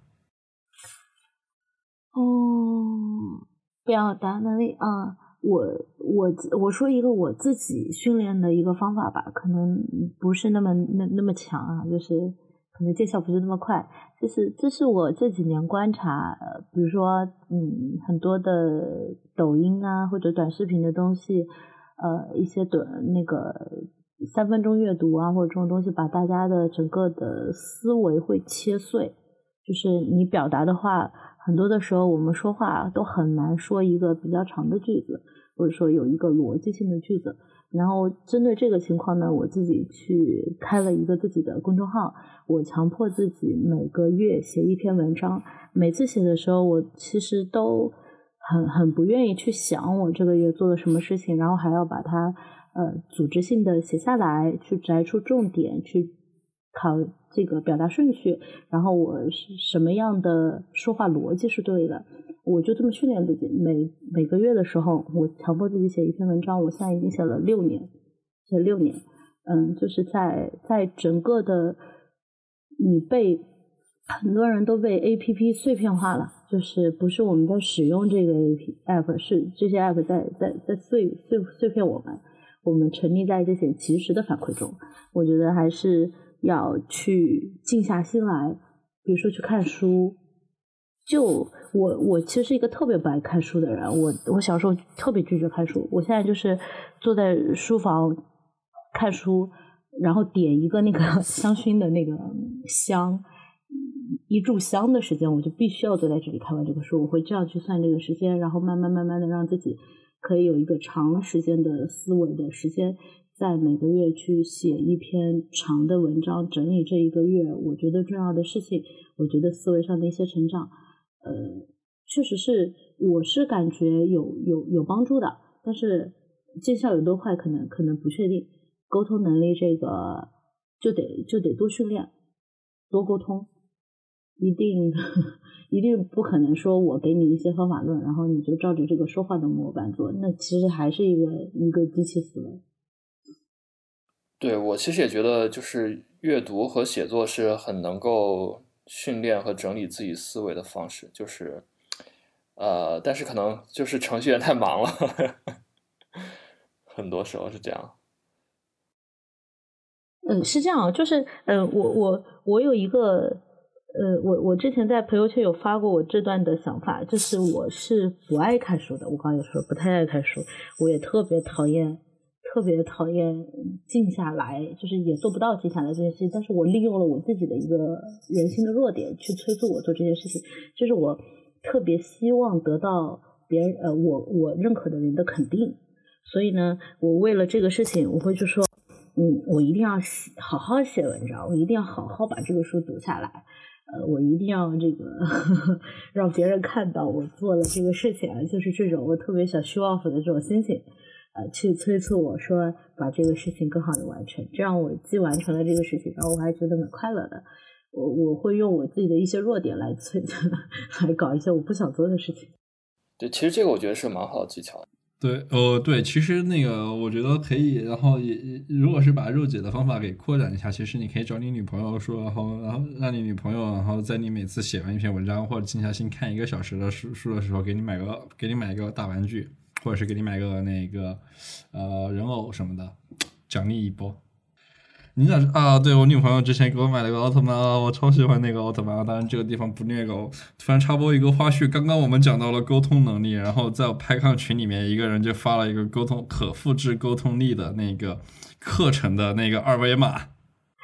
嗯，表达能力啊，我我我说一个我自己训练的一个方法吧，可能不是那么那那么强啊，就是可能见效不是那么快。就是这是我这几年观察，呃比如说嗯很多的抖音啊或者短视频的东西，呃一些短那个三分钟阅读啊或者这种东西，把大家的整个的思维会切碎。就是你表达的话，很多的时候我们说话都很难说一个比较长的句子，或者说有一个逻辑性的句子。然后针对这个情况呢，我自己去开了一个自己的公众号，我强迫自己每个月写一篇文章。每次写的时候，我其实都很很不愿意去想我这个月做了什么事情，然后还要把它呃组织性的写下来，去摘出重点，去考这个表达顺序，然后我是什么样的说话逻辑是对的，我就这么训练自己。每每个月的时候，我强迫自己写一篇文章，我现在已经写了六年，写六年，嗯，就是在在整个的你被很多人都被 A P P 碎片化了，就是不是我们在使用这个 A P P app， 是这些 app 在在在碎碎碎片我们，我们沉溺在这些即时的反馈中。我觉得还是要去静下心来，比如说去看书。就我我其实是一个特别不爱看书的人，我我小时候特别拒绝看书，我现在就是坐在书房看书，然后点一个那个香薰的那个香，一炷香的时间，我就必须要坐在这里看完这个书，我会这样去算这个时间，然后慢慢慢慢的让自己可以有一个长时间的思维的时间，在每个月去写一篇长的文章，整理这一个月我觉得重要的事情，我觉得思维上的一些成长，呃，确实是我是感觉有有有帮助的，但是见效有多快可能可能不确定。沟通能力这个就得就得多训练，多沟通，一定一定不可能说我给你一些方法论，然后你就照着这个说话的模板做，那其实还是一个一个机器思维。 对，我其实也觉得就是阅读和写作是很能够训练和整理自己思维的方式，就是呃，但是可能就是程序员太忙了很多时候是这样。 嗯，是这样，就是，嗯，我我我有一个，呃，我我之前在朋友圈有发过我这段的想法，就是我是不爱看书的，我刚刚也说不太爱看书，我也特别讨厌，特别讨厌静下来，就是也做不到静下来这件事情，但是我利用了我自己的一个人性的弱点去催促我做这件事情，就是我特别希望得到别人，呃，我我认可的人的肯定，所以呢，我为了这个事情，我会去说。嗯，我一定要好好写文章，我一定要好好把这个书读下来，呃，我一定要这个呵呵让别人看到我做了这个事情，就是这种我特别想 show off 的这种心情，呃，去催促我说把这个事情更好的完成，这样我既完成了这个事情，然后我还觉得蛮快乐的。我我会用我自己的一些弱点来催，来搞一些我不想做的事情。 对，其实这个我觉得是蛮好的技巧。 对，呃，对，其实那个我觉得可以，然后也如果是把肉姐的方法给扩展一下，其实你可以找你女朋友说，然后然后让你女朋友，然后在你每次写完一篇文章或者静下心看一个小时的书书的时候，给你买个给你买个大玩具，或者是给你买个那个呃人偶什么的，奖励一波。你想啊？对，我女朋友之前给我买了个奥特曼啊，我超喜欢那个奥特曼。当然这个地方不虐狗。突然插播一个花絮，刚刚我们讲到了沟通能力，然后在我拍抗群里面，一个人就发了一个沟通可复制沟通力的那个课程的那个二维码。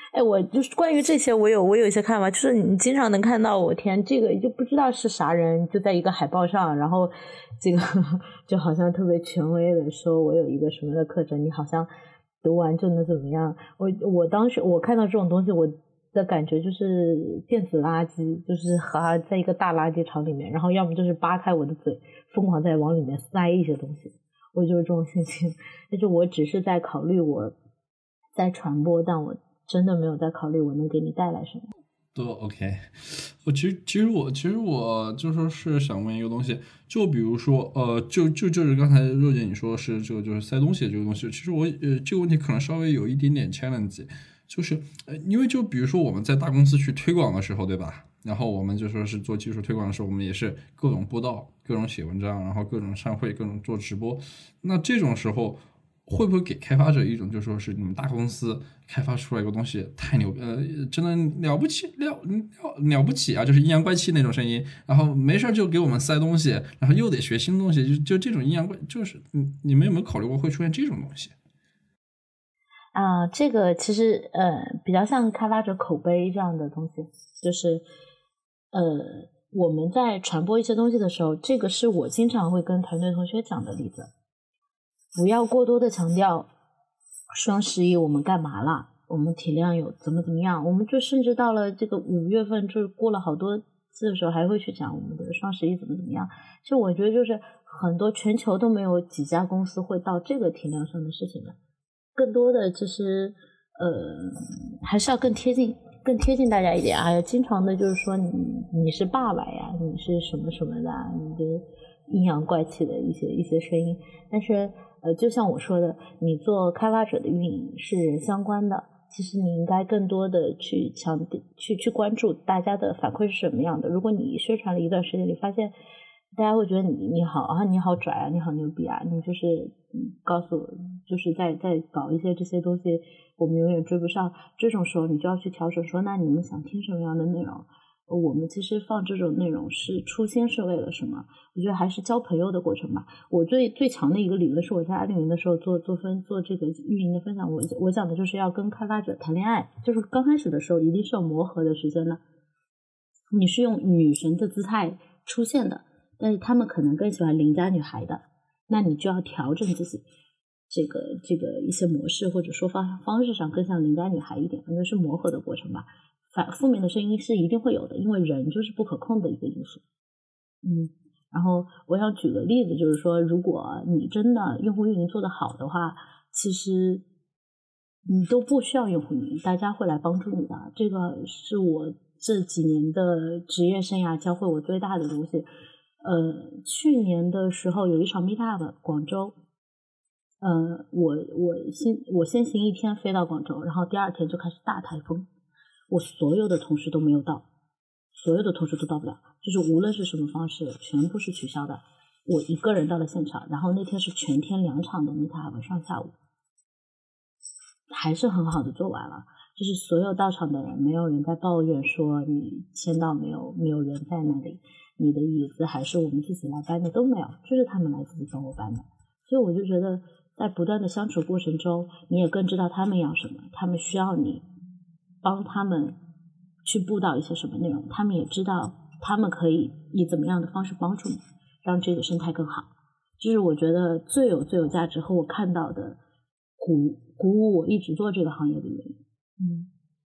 哎，我就是关于这些，我有我有一些看法，就是你经常能看到，我天，这个就不知道是啥人，就在一个海报上，然后这个就好像特别权威的说，我有一个什么的课程，你好像读完就能怎么样？我我当时我看到这种东西，我的感觉就是电子垃圾，就是和在一个大垃圾场里面，然后要么就是扒开我的嘴，疯狂在往里面塞一些东西，我就是这种心情。就是我只是在考虑我在传播，但我真的没有在考虑我能给你带来什么。 都 OK。我其实其实我其实我就说是想问一个东西，就比如说呃，就就就是刚才若姐你说是这个就是塞东西这个东西，其实我呃这个问题可能稍微有一点点 challenge，就是呃因为就比如说我们在大公司去推广的时候，对吧？然后我们就说是做技术推广的时候，我们也是各种播道、各种写文章，然后各种上会、各种做直播。那这种时候会不会给开发者一种就说是你们大公司开发出来一个东西太牛呃真的了不起了了了不起啊，就是阴阳怪气那种声音，然后没事就给我们塞东西，然后又得学新东西，就就这种阴阳怪，就是你你们有没有考虑过会出现这种东西？ 啊、呃，这个其实呃比较像开发者口碑这样的东西，就是呃我们在传播一些东西的时候，这个是我经常会跟团队同学讲的例子。不要过多的强调双十一我们干嘛了，我们体量有怎么怎么样，我们就甚至到了这个五月份，就是过了好多次的时候，还会去讲我们的双十一怎么怎么样。其实我觉得就是很多全球都没有几家公司会到这个体量上的事情的，更多的其实呃还是要更贴近更贴近大家一点啊。还有经常的就是说你你是爸爸呀，你是什么什么的，你的阴阳怪气的一些一些声音，但是呃，就像我说的，你做开发者的运营是人相关的，其实你应该更多的去强去去关注大家的反馈是什么样的。如果你宣传了一段时间，你发现大家会觉得你你好啊，你好拽啊，你好牛逼啊，你就是嗯告诉我，就是在在搞一些这些东西，我们永远追不上。这种时候，你就要去调整说，那你们想听什么样的内容？我们其实放这种内容是初心是为了什么？我觉得还是交朋友的过程吧。我最最强的一个理论是我在二零零的时候做做分做这个运营的分享，我我讲的就是要跟开发者谈恋爱，就是刚开始的时候一定是有磨合的时间的。你是用女神的姿态出现的，但是他们可能更喜欢邻家女孩的，那你就要调整自己这个这个一些模式或者说方方式上更像邻家女孩一点，反正是磨合的过程吧。反负面的声音是一定会有的，因为人就是不可控的一个因素。嗯，然后我想举个例子，就是说，如果你真的用户运营做得好的话，其实你都不需要用户运营，大家会来帮助你的。这个是我这几年的职业生涯教会我最大的东西。呃，去年的时候有一场 meetup 广州，呃，我我先我先行一天飞到广州，然后第二天就开始大台风。我所有的同事都没有到，所有的同事都到不了，就是无论是什么方式，全部是取消的。我一个人到了现场，然后那天是全天两场的 meetup，上下午，还是很好的做完了。就是所有到场的人，没有人在抱怨说你签到没有没有人在那里，你的椅子还是我们自己来搬的都没有，就是他们来自己帮我搬的。所以我就觉得，在不断的相处过程中，你也更知道他们要什么，他们需要你帮他们去布道一些什么内容，他们也知道他们可以以怎么样的方式帮助你，让这个生态更好。就是我觉得最有最有价值和我看到的鼓鼓舞我一直做这个行业的原因。嗯，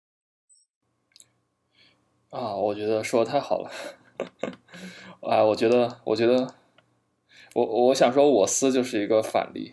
啊，我觉得说的太好了。啊，我觉得，我觉得，我我想说，我司就是一个反例，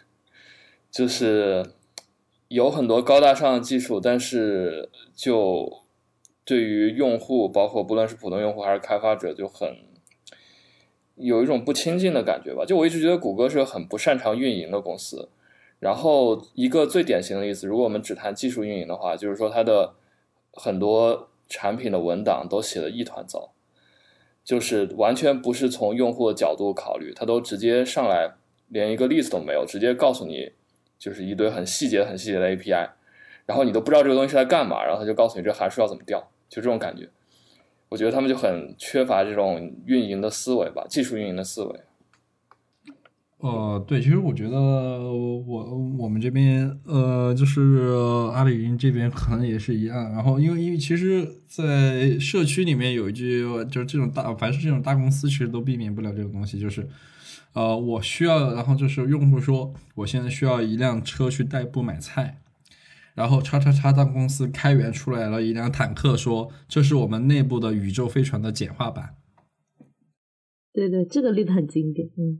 就是有很多高大上的技术，但是就对于用户，包括不论是普通用户还是开发者，就很有一种不亲近的感觉吧。就我一直觉得谷歌是个很不擅长运营的公司。然后一个最典型的例子，如果我们只谈技术运营的话，就是说它的很多产品的文档都写得一团糟，就是完全不是从用户的角度考虑，它都直接上来连一个例子都没有，直接告诉你就是一堆很细节很细节的 A P I， 然后你都不知道这个东西是在干嘛，然后他就告诉你这函数要怎么调，就这种感觉。我觉得他们就很缺乏这种运营的思维吧，技术运营的思维。 呃，对，其实我觉得我我们这边呃，就是阿里云这边可能也是一样。然后因为因为其实，在社区里面有一句，就是这种大，凡是这种大公司，其实都避免不了这种东西，就是呃，我需要，然后就是用户说，我现在需要一辆车去代步买菜，然后叉叉叉大公司开源出来了一辆坦克，说这是我们内部的宇宙飞船的简化版。 对对，这个例子很经典，嗯。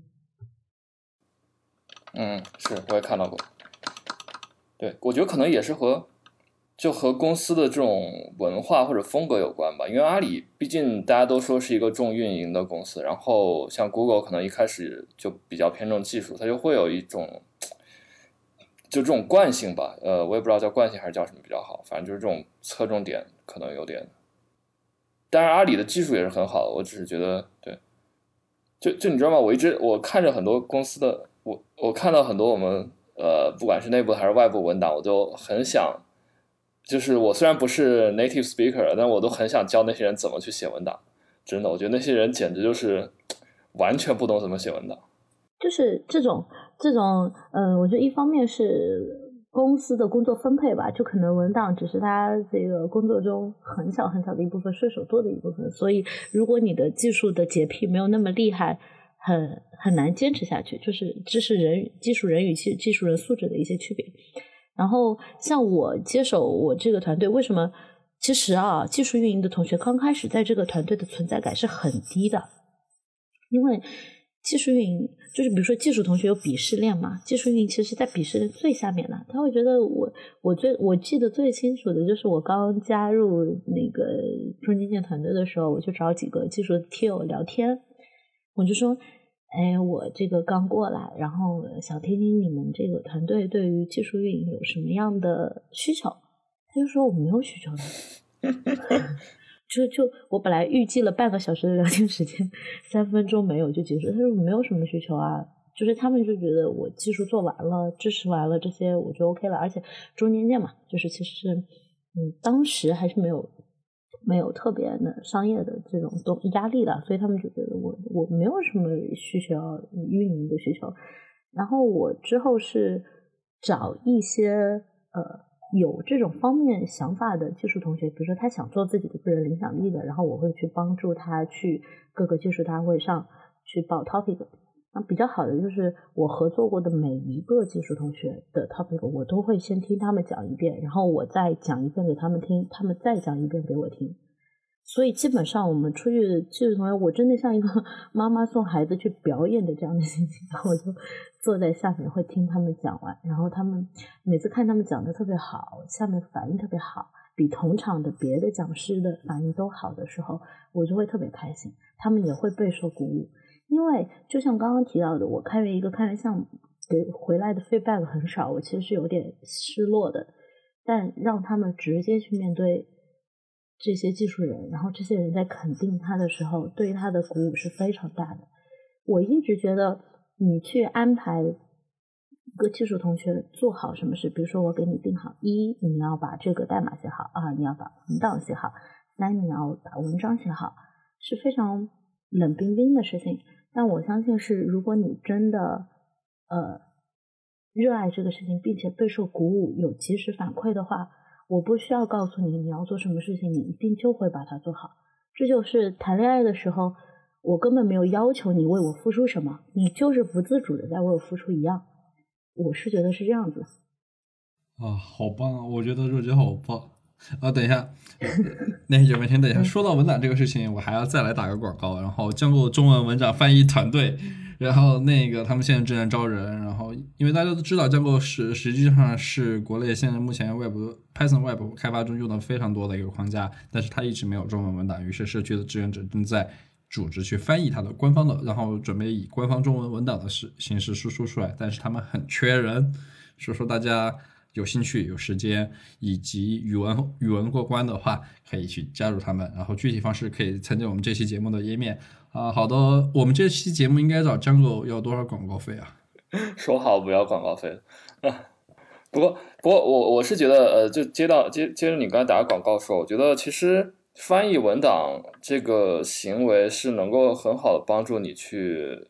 嗯，是，我也看到过。对，我觉得可能也是和就和公司的这种文化或者风格有关吧。因为阿里毕竟大家都说是一个重运营的公司，然后像 Google 可能一开始就比较偏重技术，它就会有一种就这种惯性吧。呃，我也不知道叫惯性还是叫什么比较好，反正就是这种侧重点可能有点。当然，阿里的技术也是很好的，我只是觉得对。就就你知道吗？我一直我看着很多公司的，我我看到很多我们呃，不管是内部还是外部文档，我都很想，就是我虽然不是 native speaker， 但我都很想教那些人怎么去写文档。真的，我觉得那些人简直就是完全不懂怎么写文档。 就是这种这种，呃，我觉得一方面是公司的工作分配吧，就可能文档只是他这个工作中很小很小的一部分，顺手做的一部分，所以如果你的技术的洁癖没有那么厉害，很很难坚持下去，就是这是人技术人与技技术人素质的一些区别。然后像我接手我这个团队，为什么其实啊，技术运营的同学刚开始在这个团队的存在感是很低的，因为技术运营就是比如说技术同学有鄙视链嘛，技术运营其实是在鄙视链最下面的，他会觉得我我最我记得最清楚的就是我刚加入那个中金建团队的时候，我就找几个技术的 T O 聊天，我就说哎，我这个刚过来，然后想听听你们这个团队对于技术运营有什么样的需求。他就说我没有需求的就就我本来预计了半个小时的聊天时间，三分钟没有就结束。他说我没有什么需求啊，就是他们就觉得我技术做完了，支持完了这些我就 OK 了。而且中间件嘛，就是其实是嗯，当时还是没有没有特别的商业的这种动压力的，所以他们就觉得我我没有什么需求运营的需求。然后我之后是找一些呃。有这种方面想法的技术同学，比如说他想做自己的个人影响力的，然后我会去帮助他去各个技术大会上去报 topic。那比较好的就是我合作过的每一个技术同学的 topic， 我都会先听他们讲一遍，然后我再讲一遍给他们听，他们再讲一遍给我听。所以基本上我们出去的技术同学，我真的像一个妈妈送孩子去表演的这样的心情，然后我就坐在下面会听他们讲完，然后他们每次看他们讲的特别好，下面反应特别好，比同场的别的讲师的反应都好的时候，我就会特别开心，他们也会备受鼓舞。因为就像刚刚提到的，我开源一个开源项目给回来的 feedback 很少，我其实是有点失落的，但让他们直接去面对这些技术人，然后这些人在肯定他的时候，对他的鼓舞是非常大的。我一直觉得你去安排一个技术同学做好什么事，比如说我给你定好，一你要把这个代码写好，二你要把文档写好，三你要把文章写好，是非常冷冰冰的事情。但我相信是，如果你真的呃热爱这个事情，并且备受鼓舞，有及时反馈的话，我不需要告诉你你要做什么事情，你一定就会把它做好。这就是谈恋爱的时候，我根本没有要求你为我付出什么，你就是不自主的在为我付出一样。我是觉得是这样子。 啊，好棒啊！我觉得若姐好棒啊！等一下，那些姐妹听，等一下，说到文档这个事情，我还要再来打个广告。然后Django中文文档翻译团队，然后那个他们现在正在招人。然后因为大家都知道Django是实际上是国内现在目前 Web Python Web 开发中用的非常多的一个框架，但是它一直没有中文文档，于是社区的志愿者正在组织去翻译它的官方的，然后准备以官方中文文档的形式输出出来，但是他们很缺人，所以说大家有兴趣、有时间以及语文语文过关的话，可以去加入他们。然后具体方式可以参见我们这期节目的页面啊。好的，我们这期节目应该找Django要多少广告费啊？ 说好不要广告费啊。不过，不过我我是觉得，呃，就接到接接着你刚才打广告说，我觉得其实翻译文档这个行为是能够很好的帮助你去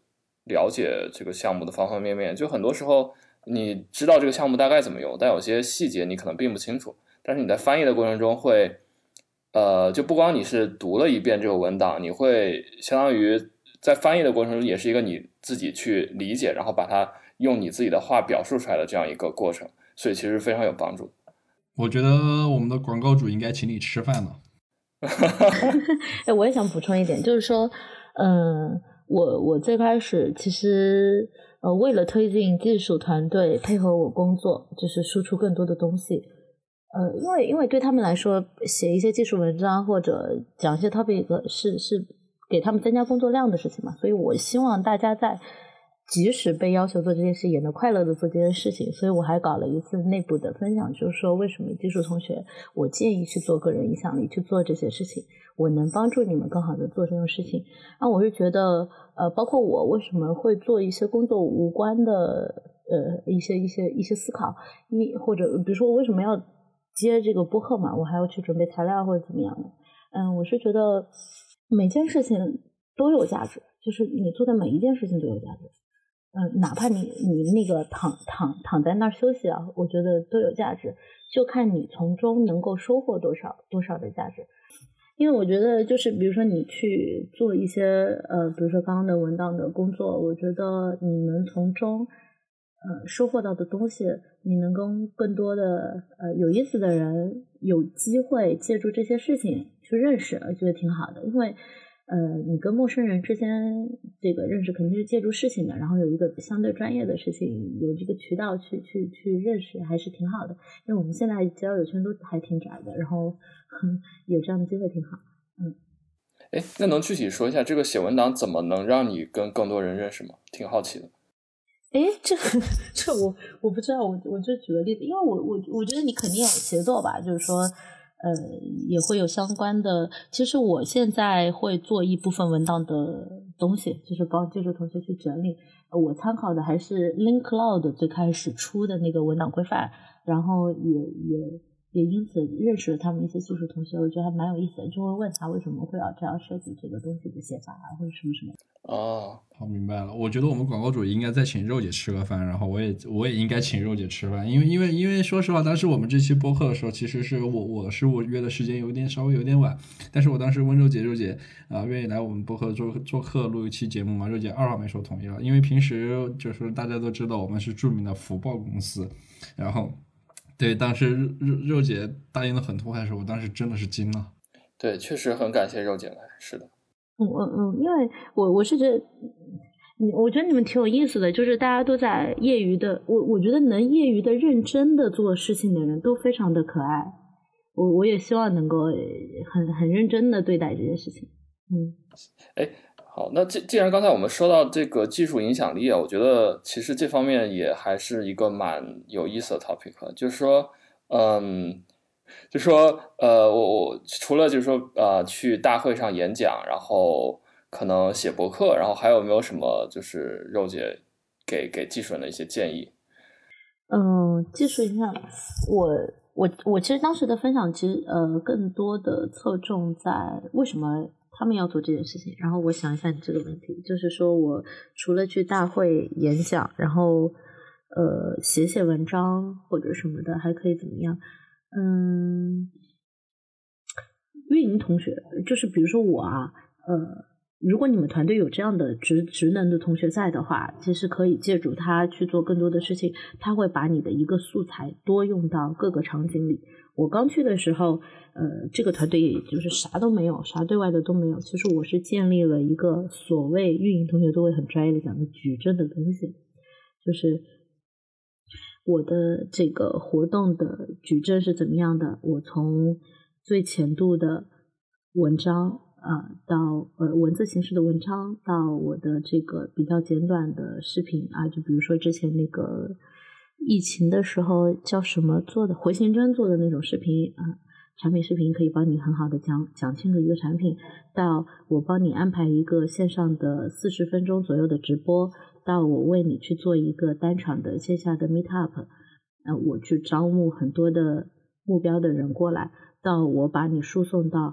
了解这个项目的方方面面。就很多时候你知道这个项目大概怎么用，但有些细节你可能并不清楚。但是你在翻译的过程中会，呃，就不光你是读了一遍这个文档，你会相当于在翻译的过程中也是一个你自己去理解，然后把它用你自己的话表述出来的这样一个过程，所以其实非常有帮助。 我觉得我们的广告主应该请你吃饭了。 哎，我也想补充一点，就是说，嗯，我我最开始其实呃，为了推进技术团队配合我工作，就是输出更多的东西，呃，因为因为对他们来说，写一些技术文章或者讲一些 topic 是是给他们增加工作量的事情嘛，所以我希望大家在即使被要求做这件事也能快乐的做这件事情，所以我还搞了一次内部的分享，就是说为什么技术同学我建议去做个人影响力，去做这些事情，我能帮助你们更好的做这种事情。那我是觉得呃，包括我为什么会做一些工作无关的呃一些一些一些思考，一或者比如说我为什么要接这个播客嘛，我还要去准备材料或者怎么样的。嗯，我是觉得每件事情都有价值，就是你做的每一件事情都有价值。嗯，哪怕你你那个躺躺躺在那儿休息啊，我觉得都有价值，就看你从中能够收获多少多少的价值。因为我觉得就是比如说你去做一些呃，比如说刚刚的文档的工作，我觉得你能从中呃收获到的东西，你能跟更多的呃有意思的人有机会借助这些事情去认识，我觉得挺好的。因为呃，你跟陌生人之间这个认识肯定是借助事情的，然后有一个相对专业的事情，有这个渠道去去去认识，还是挺好的。因为我们现在交友圈都还挺窄的，然后哼有这样的机会挺好。嗯， 哎，那能具体说一下这个写文档怎么能让你跟更多人认识吗？挺好奇的。 哎，这这我我不知道，我我就举个例子，因为我我我觉得你肯定有协作吧，就是说。呃，也会有相关的。其实我现在会做一部分文档的东西，就是帮技术同学去整理。我参考的还是 LinkCloud 最开始出的那个文档规范，然后也也也因此认识了他们一些技术同学，我觉得还蛮有意思的，就会问他为什么会要这样设计这个东西的写法啊，或者什么什么。 哦， 好，明白了。我觉得我们广告主应该再请肉姐吃个饭，然后我也我也应该请肉姐吃饭，因为因为因为说实话，当时我们这期播客的时候，其实是我我是我约的时间有点稍微有点晚，但是我当时问肉姐，肉姐啊、呃、愿意来我们播客做做客录一期节目嘛？肉姐二话没说同意了，因为平时就是大家都知道我们是著名的福报公司，然后对当时肉肉姐答应的很痛快的时候，我当时真的是惊了。 对，确实很感谢肉姐来，是的。 嗯嗯嗯，因为我我是觉得，你我觉得你们挺有意思的，就是大家都在业余的，我我觉得能业余的认真的做事情的人都非常的可爱，我我也希望能够很很认真的对待这件事情。嗯， 哎，好，那既既然刚才我们说到这个技术影响力啊，我觉得其实这方面也还是一个蛮有意思的 topic，就是说，嗯。就说呃，我我除了就是说呃去大会上演讲，然后可能写博客，然后还有没有什么就是肉姐给给技术人的一些建议？ 嗯，技术影响，我我我其实当时的分享其实呃更多的侧重在为什么他们要做这件事情。然后我想一下你这个问题，就是说我除了去大会演讲，然后呃写写文章或者什么的，还可以怎么样？嗯，运营同学就是比如说我啊，呃，如果你们团队有这样的职职能的同学在的话，其实可以借助他去做更多的事情，他会把你的一个素材多用到各个场景里。我刚去的时候，呃，这个团队也就是啥都没有，啥对外的都没有。其实我是建立了一个所谓运营同学都会很专业的讲的矩阵的东西，就是我的这个活动的矩阵是怎么样的？我从最前度的文章啊，到呃文字形式的文章，到我的这个比较简短的视频啊，就比如说之前那个疫情的时候叫什么做的回形针做的那种视频啊，产品视频可以帮你很好的讲讲清楚一个产品，到我帮你安排一个线上的四十分钟左右的直播，到我为你去做一个单场的线下的 meet up， 呃，我去招募很多的目标的人过来，到我把你输送到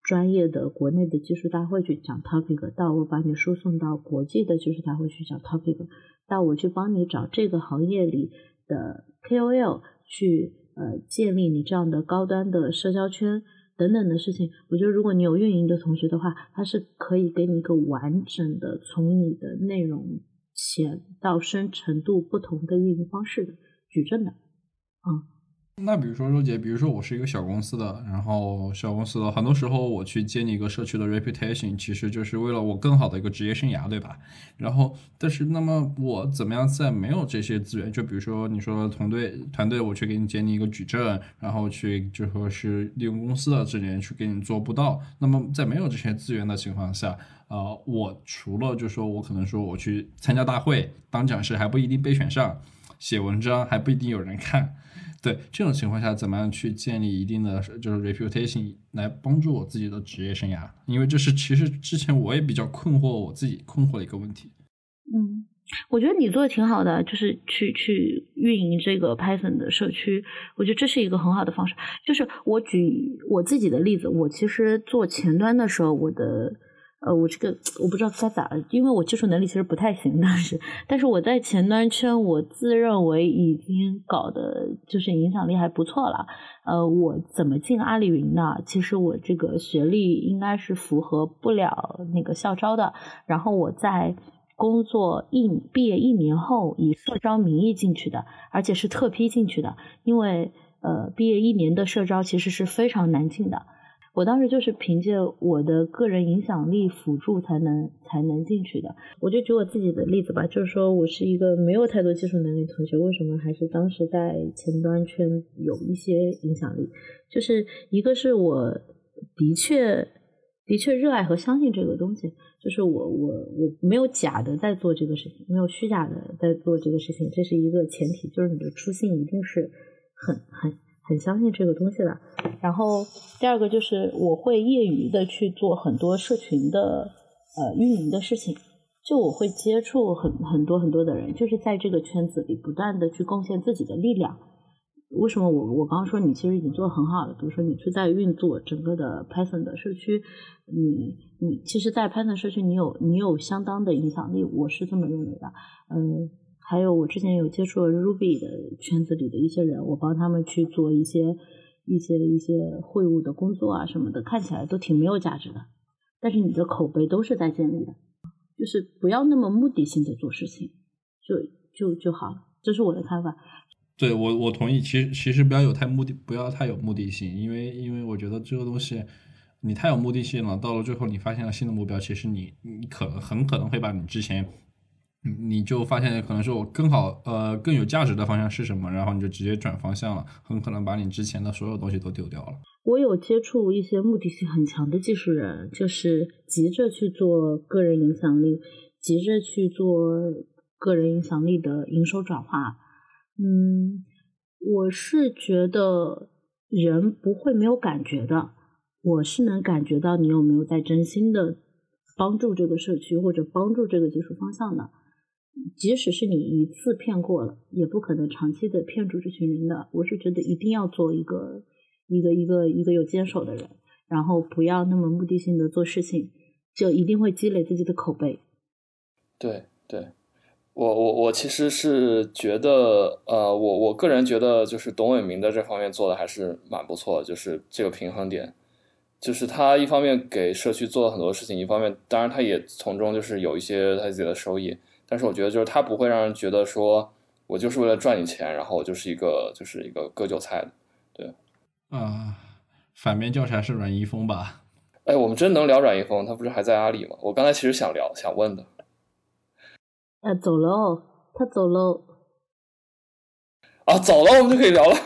专业的国内的技术大会去讲 topic， 到我把你输送到国际的技术大会去讲 topic， 到我去帮你找这个行业里的 K O L 去呃建立你这样的高端的社交圈等等的事情。我觉得如果你有运营的同学的话，他是可以给你一个完整的从你的内容浅到深程度不同的运营方式的矩阵的。嗯， 那比如说肉姐，比如说我是一个小公司的，然后小公司的很多时候我去建立一个社区的 reputation， 其实就是为了我更好的一个职业生涯，对吧？然后但是那么我怎么样在没有这些资源，就比如说你说团队团队我去给你建立一个矩阵，然后去就说是利用公司的资源去给你做不到，那么在没有这些资源的情况下，呃，我除了就说我可能说我去参加大会当讲师还不一定被选上，写文章还不一定有人看，对，这种情况下怎么样去建立一定的就是 reputation 来帮助我自己的职业生涯？因为这是其实之前我也比较困惑我自己困惑的一个问题。 嗯，我觉得你做的挺好的，就是去去运营这个 Python 的社区，我觉得这是一个很好的方式。就是我举我自己的例子，我其实做前端的时候，我的呃，我这个我不知道该咋，因为我技术能力其实不太行，但是但是我在前端圈，我自认为已经搞的就是影响力还不错了。呃，我怎么进阿里云呢？其实我这个学历应该是符合不了那个校招的，然后我在工作一毕业一年后以社招名义进去的，而且是特批进去的，因为呃毕业一年的社招其实是非常难进的。我当时就是凭借我的个人影响力辅助才能才能进去的。我就举我自己的例子吧，就是说我是一个没有太多技术能力的同学，为什么还是当时在前端圈有一些影响力？就是一个是我的确的确热爱和相信这个东西，就是我我我没有假的在做这个事情，没有虚假的在做这个事情，这是一个前提，就是你的初心一定是很很很相信这个东西的。然后第二个就是我会业余的去做很多社群的呃运营的事情，就我会接触很很多很多的人，就是在这个圈子里不断的去贡献自己的力量。为什么我我刚刚说你其实已经做得很好了？比如说你去在运作整个的 Python 的社区，你你其实在 Python 社区你有你有相当的影响力，我是这么认为的。嗯，还有我之前有接触了 Ruby 的圈子里的一些人，我帮他们去做一些一些一些会务的工作啊什么的，看起来都挺没有价值的，但是你的口碑都是在建立的，就是不要那么目的性的做事情，就就就好了，这是我的看法。 对，我我同意，其实其实不要有太目的，不要太有目的性，因为因为我觉得这个东西你太有目的性了，到了最后你发现了新的目标，其实你你可能很可能会把你之前你就发现可能是我更好呃更有价值的方向是什么，然后你就直接转方向了，很可能把你之前的所有东西都丢掉了。 我有接触一些目的性很强的技术人，就是急着去做个人影响力，急着去做个人影响力的营收转化。嗯，我是觉得人不会没有感觉的，我是能感觉到你有没有在真心的帮助这个社区或者帮助这个技术方向的。即使是你一次骗过了，也不可能长期的骗住这群人的。我是觉得一定要做一个一个一个一个有坚守的人，然后不要那么目的性的做事情，就一定会积累自己的口碑。 对对，我我我其实是觉得，呃，我我个人觉得就是董伟明的这方面做的还是蛮不错的，就是这个平衡点，就是他一方面给社区做了很多事情，一方面当然他也从中就是有一些他自己的收益。但是我觉得就是他不会让人觉得说我就是为了赚你钱，然后我就是一个就是一个割韭菜的。对啊、呃，反面教材是阮一峰吧？ 哎，我们真能聊阮一峰？他不是还在阿里吗？我刚才其实想聊想问的。 呃，走了哦，他走了。 啊，走了我们就可以聊了。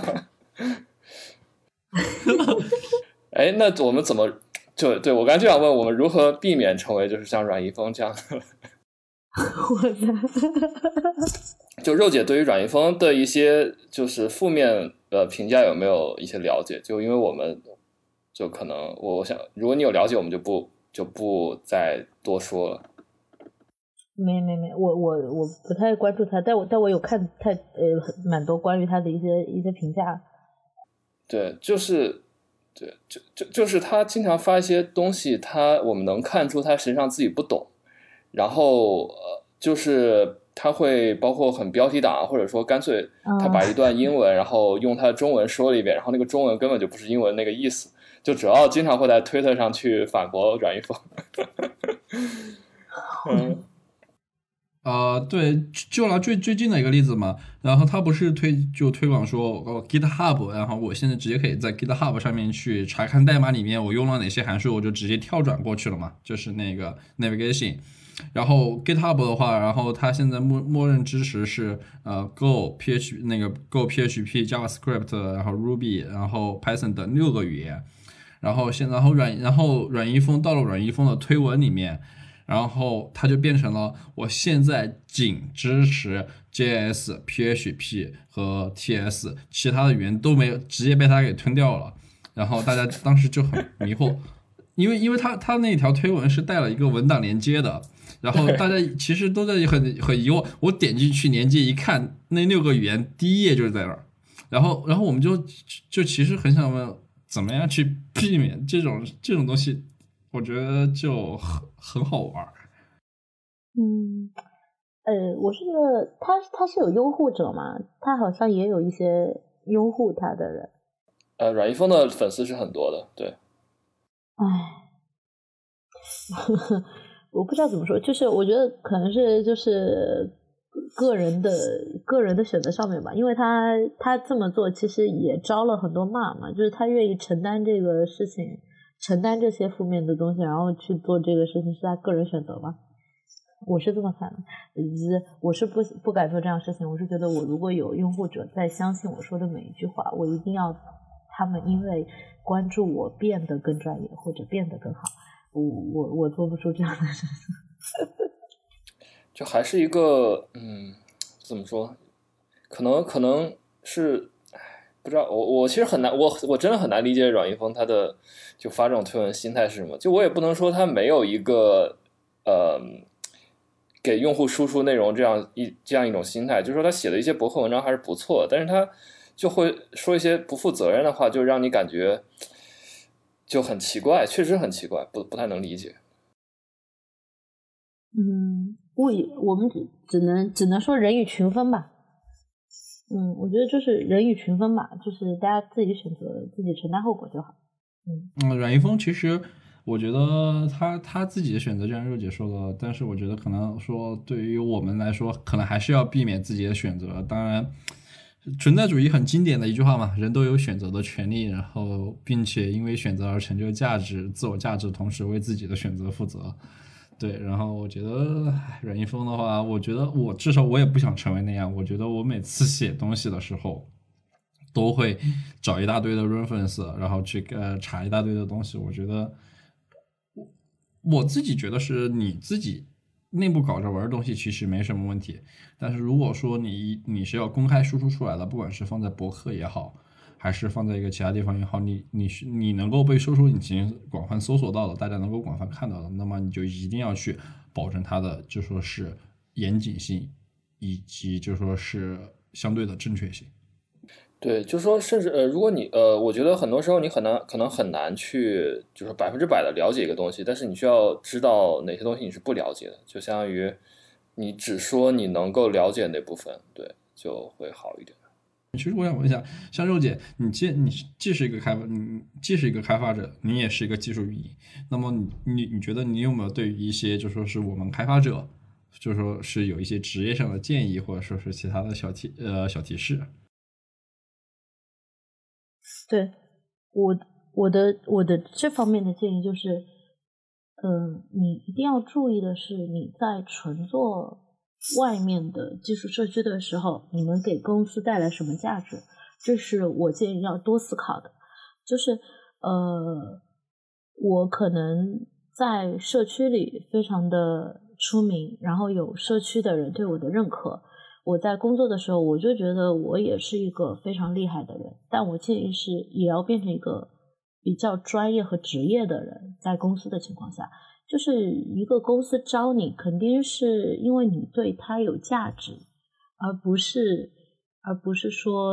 哎，那我们怎么就对我刚才就想问，我们如何避免成为就是像阮一峰这样的？ 我操！ 就肉姐对于阮一峰的一些就是负面的评价有没有一些了解？就因为我们就可能我想，如果你有了解，我们就不就不再多说了。 没没没，我我我不太关注他，但我但我有看太呃蛮多关于他的一些一些评价。 对，就是对，就就就是他经常发一些东西，他我们能看出他实际上自己不懂，然后呃，就是他会包括很标题党，或者说干脆他把一段英文，然后用他的中文说了一遍，然后那个中文根本就不是英文那个意思，就主要经常会在推特上去反驳阮一峰。嗯。 呃，对，就拿最最近的一个例子嘛，然后他不是推就推广说哦 GitHub， 然后我现在直接可以在 GitHub 上面去查看代码里面我用了哪些函数，我就直接跳转过去了嘛，就是那个 navigation。然后 GitHub 的话，然后它现在默默认支持是呃 Go、P H 那个 Go、P H P、JavaScript， 然后 Ruby， 然后 Python 等六个语言。然后现然后阮然后阮一峰到了阮一峰的推文里面。然后它就变成了我现在仅支持 J S、P H P 和 T S， 其他的语言都没有，直接被它给吞掉了。然后大家当时就很迷惑，因为因为他他那条推文是带了一个文档连接的，然后大家其实都在很很疑惑。我点进去连接一看，那六个语言第一页就是在那儿，然后然后我们就就其实很想问，怎么样去避免这种这种东西。我觉得就很很好玩。 嗯，呃，我是觉得他他是有拥护者嘛，他好像也有一些拥护他的人。 呃，阮一峰的粉丝是很多的，对。 唉，我不知道怎么说，就是我觉得可能是就是个人的个人的选择上面吧，因为他他这么做其实也招了很多骂嘛，就是他愿意承担这个事情。承担这些负面的东西，然后去做这个事情，是他个人选择吗？我是这么看的，我是不不敢做这样的事情。我是觉得，我如果有拥护者在相信我说的每一句话，我一定要他们因为关注我变得更专业或者变得更好。我我我做不出这样的事情。 就还是一个嗯，怎么说？可能可能是。不知道，我我其实很难，我我真的很难理解阮一峰他的就发这种推文心态是什么。就我也不能说他没有一个呃给用户输出内容这样一这样一种心态，就是说他写的一些博客文章还是不错，但是他就会说一些不负责任的话，就让你感觉就很奇怪，确实很奇怪，不不太能理解。 嗯，我我们只只能只能说人以群分吧。嗯，我觉得就是人以群分吧，就是大家自己选择，自己承担后果就好。嗯嗯，阮一峰其实我觉得他他自己的选择，就像肉姐说的，但是我觉得可能说对于我们来说，可能还是要避免自己的选择。当然，存在主义很经典的一句话嘛，人都有选择的权利，然后并且因为选择而成就价值、自我价值，同时为自己的选择负责。对，然后我觉得阮一峰的话，我觉得我至少我也不想成为那样。我觉得我每次写东西的时候，都会找一大堆的 reference， 然后去呃查一大堆的东西。我觉得我我自己觉得是你自己内部搞着玩的东西其实没什么问题，但是如果说你你是要公开输出出来的，不管是放在博客也好，还是放在一个其他地方也好，你你你能够被搜索引擎广泛搜索到的，大家能够广泛看到的，那么你就一定要去保证它的就说是严谨性，以及就说是相对的正确性。 对，就是说，甚至呃，如果你呃，我觉得很多时候你可能可能很难去就是百分之百的了解一个东西，但是你需要知道哪些东西你是不了解的，就相当于你只说你能够了解那部分，对，就会好一点。 其实我想问一下，像肉姐，你既你既是一个开发，你既是一个开发者，你也是一个技术运营，那么你你你觉得你有没有对于一些就说是我们开发者，就说是有一些职业上的建议，或者说是其他的小提呃小提示？ 对，我我的我的这方面的建议就是，嗯、呃，你一定要注意的是，你在纯做外面的技术社区的时候，你能给公司带来什么价值？这是我建议要多思考的。就是呃，我可能在社区里非常的出名，然后有社区的人对我的认可。我在工作的时候，我就觉得我也是一个非常厉害的人，但我建议是也要变成一个比较专业和职业的人，在公司的情况下，就是一个公司招你，肯定是因为你对他有价值，而不是而不是说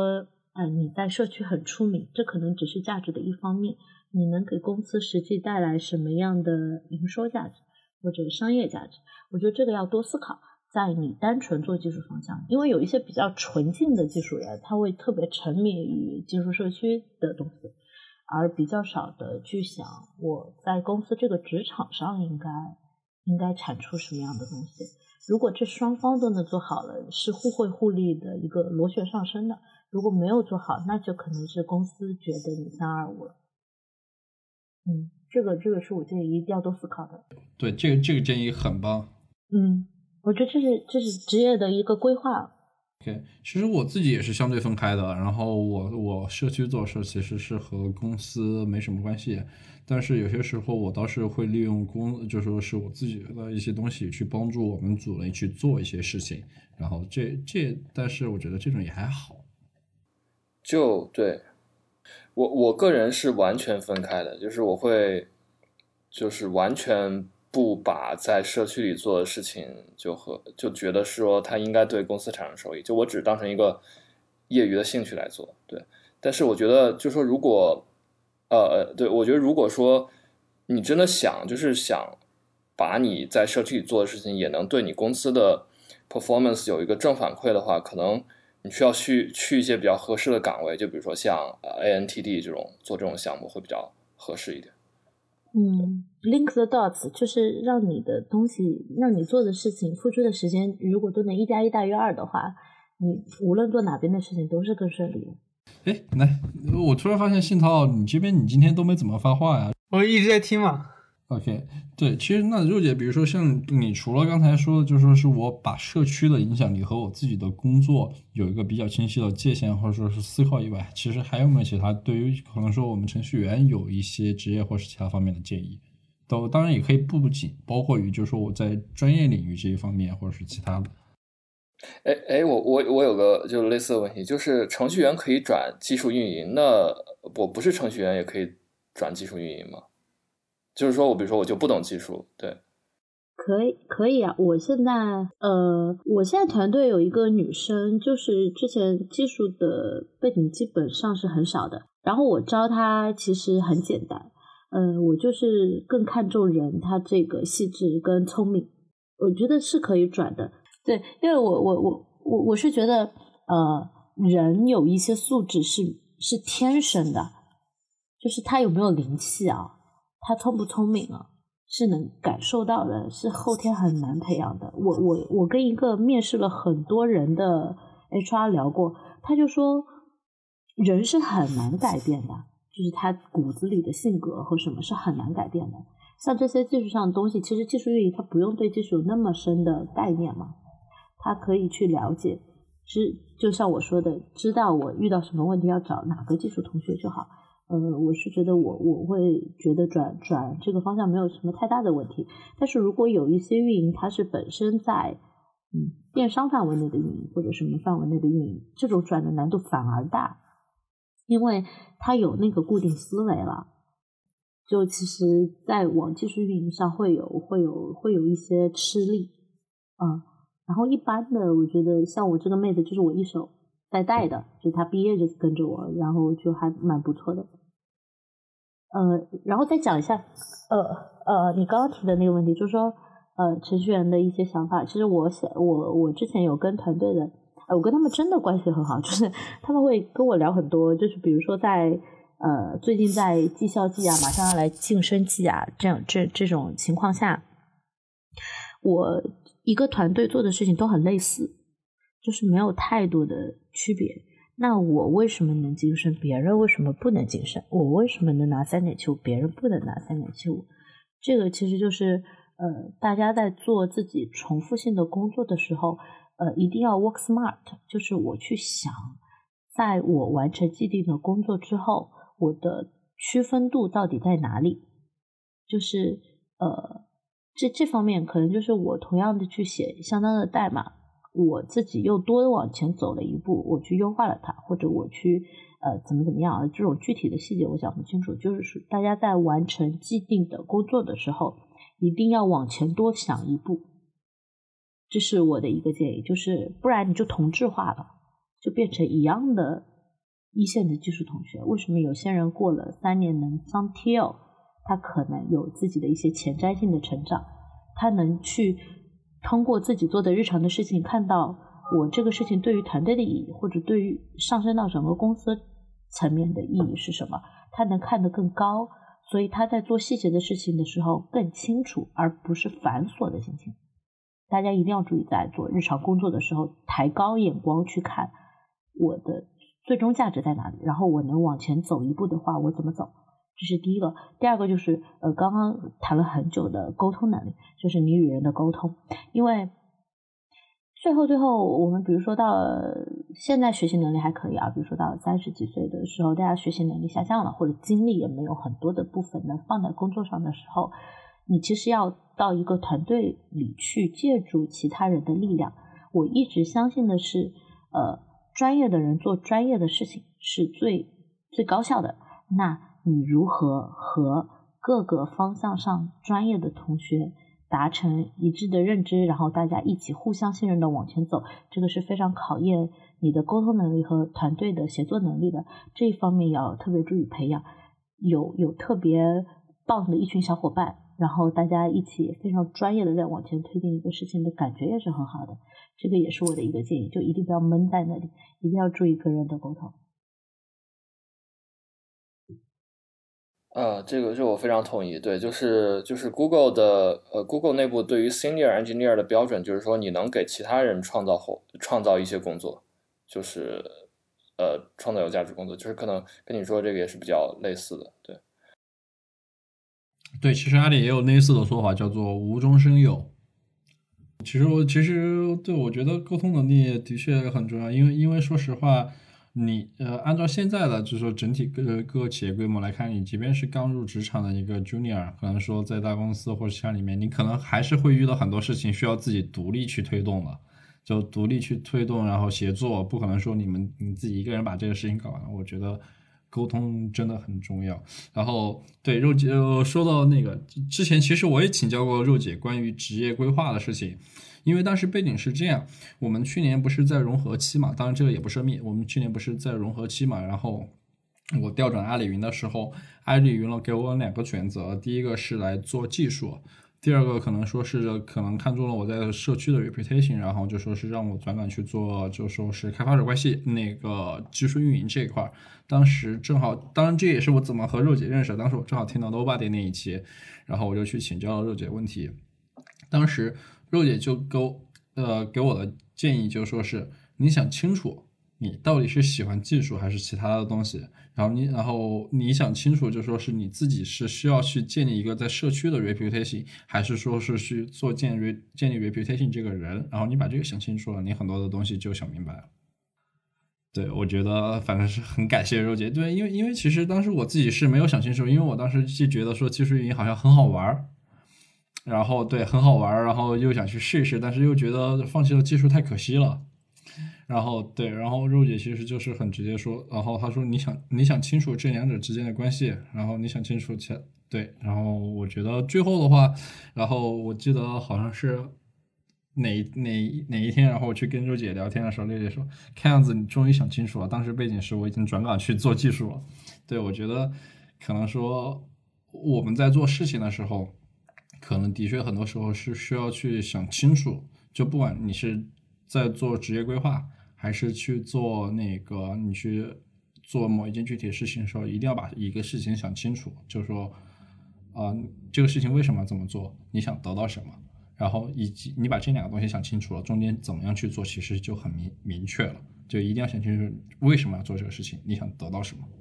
呃，你在社区很出名，这可能只是价值的一方面，你能给公司实际带来什么样的营收价值或者商业价值，我觉得这个要多思考。在你单纯做技术方向，因为有一些比较纯净的技术人，他会特别沉迷于技术社区的东西，而比较少的去想我在公司这个职场上应该应该产出什么样的东西。如果这双方都能做好了，是互惠互利的一个螺旋上升的。如果没有做好，那就可能是公司觉得你三二五了。嗯，这个这个是我建议一定要多思考的。 对，这个这个建议很棒。 嗯，我觉得这是这是职业的一个规划。 OK， 其实我自己也是相对分开的，然后我我社区做事其实是和公司没什么关系，但是有些时候我倒是会利用公，就说是我自己的一些东西去帮助我们组内去做一些事情，然后这这，但是我觉得这种也还好。 就对我我个人是完全分开的，就是我会就是完全不把在社区里做的事情就和就觉得说它应该对公司产生收益，就我只当成一个业余的兴趣来做。对，但是我觉得就说如果呃对我觉得如果说你真的想就是想把你在社区里做的事情也能对你公司的 performance 有一个正反馈的话，可能你需要去去一些比较合适的岗位，就比如说像 A N T D 这种做这种项目会比较合适一点。 嗯 ，link the dots 就是让你的东西，让你做的事情付出的时间，如果都能一加一大于二的话，你无论做哪边的事情都是更顺利的。 哎，来，我突然发现信涛，你这边你今天都没怎么发话呀？ 我一直在听嘛。 OK， 对，其实那肉姐，比如说像你除了刚才说的，就说是我把社区的影响力和我自己的工作有一个比较清晰的界限，或者说是思考以外，其实还有没有其他对于可能说我们程序员有一些职业或是其他方面的建议？都当然也可以不仅包括于就是说我在专业领域这一方面，或者是其他的。 哎哎，我我我有个就类似的问题，就是程序员可以转技术运营，那我不是程序员也可以转技术运营吗？就是说我比如说我就不懂技术，对， 可以可以啊，我现在呃，我现在团队有一个女生，就是之前技术的背景基本上是很少的，然后我招她其实很简单，呃，我就是更看重人，她这个细致跟聪明，我觉得是可以转的。对，因为我我我我我是觉得呃，人有一些素质是是天生的，就是他有没有灵气啊。他聪不聪明啊，是能感受到的，是后天很难培养的。我我我跟一个面试了很多人的 H R 聊过，他就说人是很难改变的，就是他骨子里的性格和什么是很难改变的。像这些技术上的东西，其实技术运营他不用对技术有那么深的概念嘛，他可以去了解，知就像我说的，知道我遇到什么问题要找哪个技术同学就好。呃，我是觉得我我会觉得转转这个方向没有什么太大的问题，但是如果有一些运营它是本身在嗯电商范围内的运营或者什么范围内的运营，这种转的难度反而大，因为它有那个固定思维了，就其实在往技术运营上会有会有会有一些吃力啊、嗯。然后一般的，我觉得像我这个妹子就是我一手在带的，就她毕业就跟着我，然后就还蛮不错的。呃，然后再讲一下，呃呃，你刚刚提的那个问题，就是说，呃，程序员的一些想法。其实我想，我我之前有跟团队的，呃，我跟他们真的关系很好，就是他们会跟我聊很多，就是比如说在呃最近在绩效季啊，马上要来晋升季啊，这样这这种情况下，我一个团队做的事情都很类似，就是没有太多的区别。那我为什么能晋升，别人为什么不能晋升？我为什么能拿 三点七五， 别人不能拿 三点七五？ 这个其实就是呃，大家在做自己重复性的工作的时候，呃，一定要 work smart， 就是我去想，在我完成既定的工作之后，我的区分度到底在哪里？就是呃，这这方面可能就是我同样的去写相当的代码，我自己又多往前走了一步，我去优化了它，或者我去呃怎么怎么样，这种具体的细节我讲不清楚。就是大家在完成既定的工作的时候，一定要往前多想一步，这是我的一个建议。就是不然你就同质化了，就变成一样的一线的技术同学，为什么有些人过了三年能上 T L， 他可能有自己的一些前瞻性的成长，他能去通过自己做的日常的事情看到我这个事情对于团队的意义，或者对于上升到整个公司层面的意义是什么，他能看得更高，所以他在做细节的事情的时候更清楚，而不是繁琐的心情。大家一定要注意，在做日常工作的时候抬高眼光去看我的最终价值在哪里，然后我能往前走一步的话我怎么走，这是第一个。第二个就是呃，刚刚谈了很久的沟通能力，就是你与人的沟通。因为最后最后我们比如说到现在学习能力还可以啊，比如说到三十几岁的时候大家学习能力下降了，或者精力也没有很多的部分能放在工作上的时候，你其实要到一个团队里去借助其他人的力量。我一直相信的是呃，专业的人做专业的事情是最最高效的，那你如何和各个方向上专业的同学达成一致的认知，然后大家一起互相信任的往前走，这个是非常考验你的沟通能力和团队的协作能力的，这一方面要特别注意培养。有有特别棒的一群小伙伴，然后大家一起非常专业的在往前推进一个事情的感觉也是很好的，这个也是我的一个建议，就一定不要闷在那里，一定要注意跟人的沟通。 呃，这个这我非常同意。对，就是就是 Google 的呃 Google 内部对于 Senior Engineer 的标准，就是说你能给其他人创造后创造一些工作，就是呃创造有价值工作，就是可能跟你说这个也是比较类似的。对， 对，其实阿里也有类似的说法，叫做无中生有。其实我其实对我觉得沟通能力的确很重要，因为因为说实话，你呃按照现在的就是说整体各各个企业规模来看，你即便是刚入职场的一个 junior， 可能说在大公司或者企业里面，你可能还是会遇到很多事情需要自己独立去推动的，就独立去推动，然后协作，不可能说你们你自己一个人把这个事情搞完。我觉得沟通真的很重要。然后对肉姐说到那个之前，其实我也请教过肉姐关于职业规划的事情，因为当时背景是这样，我们去年不是在融合期嘛，当然这个也不是秘，我们去年不是在融合期嘛，然后我调转阿里云的时候，阿里云了给我两个选择，第一个是来做技术，第二个可能说是可能看中了我在社区的 reputation， 然后就说是让我转岗去做，就说是开发者关系那个技术运营这一块。当时正好，当然这也是我怎么和肉姐认识的，当时我正好听到 Nobody 那一期，然后我就去请教了肉姐问题。当时肉姐就给我呃给我的建议就说是你想清楚你到底是喜欢技术还是其他的东西，然后你然后你想清楚就说是你自己是需要去建立一个在社区的 reputation， 还是说是去做建立建立 reputation 这个人，然后你把这个想清楚了，你很多的东西就想明白了。对，我觉得反正是很感谢肉姐。对，因为因为其实当时我自己是没有想清楚，因为我当时就觉得说技术运营好像很好玩，然后对很好玩，然后又想去试一试，但是又觉得放弃了技术太可惜了。然后对，然后肉姐其实就是很直接说，然后她说你想你想清楚这两者之间的关系，然后你想清楚前对，然后我觉得最后的话，然后我记得好像是哪哪哪一天，然后我去跟肉姐聊天的时候，肉姐说看样子你终于想清楚了，当时背景是我已经转岗去做技术了。对，我觉得可能说我们在做事情的时候，可能的确很多时候是需要去想清楚，就不管你是在做职业规划，还是去做那个你去做某一件具体的事情的时候，一定要把一个事情想清楚，就是说啊、呃，这个事情为什么要这么做，你想得到什么，然后以及你把这两个东西想清楚了，中间怎么样去做，其实就很明明确了，就一定要想清楚为什么要做这个事情，你想得到什么。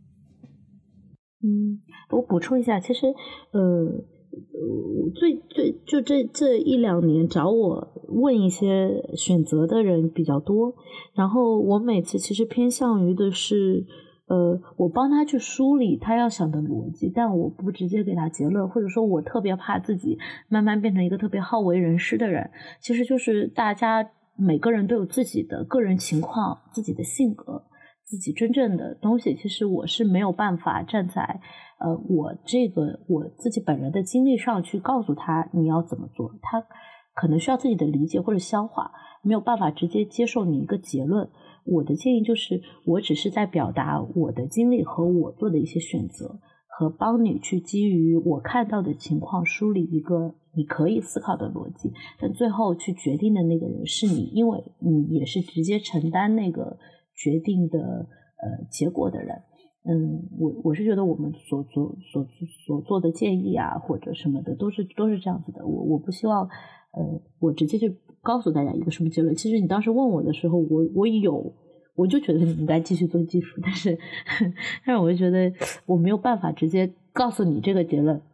嗯，我补充一下，其实呃。最最就这这一两年找我问一些选择的人比较多，然后我每次其实偏向于的是呃，我帮他去梳理他要想的逻辑，但我不直接给他结论，或者说我特别怕自己慢慢变成一个特别好为人师的人。其实就是大家每个人都有自己的个人情况，自己的性格，自己真正的东西，其实我是没有办法站在呃我这个我自己本人的经历上去告诉他你要怎么做，他可能需要自己的理解或者消化，没有办法直接接受你一个结论。我的建议就是，我只是在表达我的经历和我做的一些选择，和帮你去基于我看到的情况梳理一个你可以思考的逻辑，但最后去决定的那个人是你，因为你也是直接承担那个决定的呃结果的人。嗯，我我是觉得我们所做所所做的建议啊或者什么的都是都是这样子的。我我不希望呃我直接去告诉大家一个什么结论。其实你当时问我的时候，我我有我就觉得你应该继续做技术，但是但是我就觉得我没有办法直接告诉你这个结论。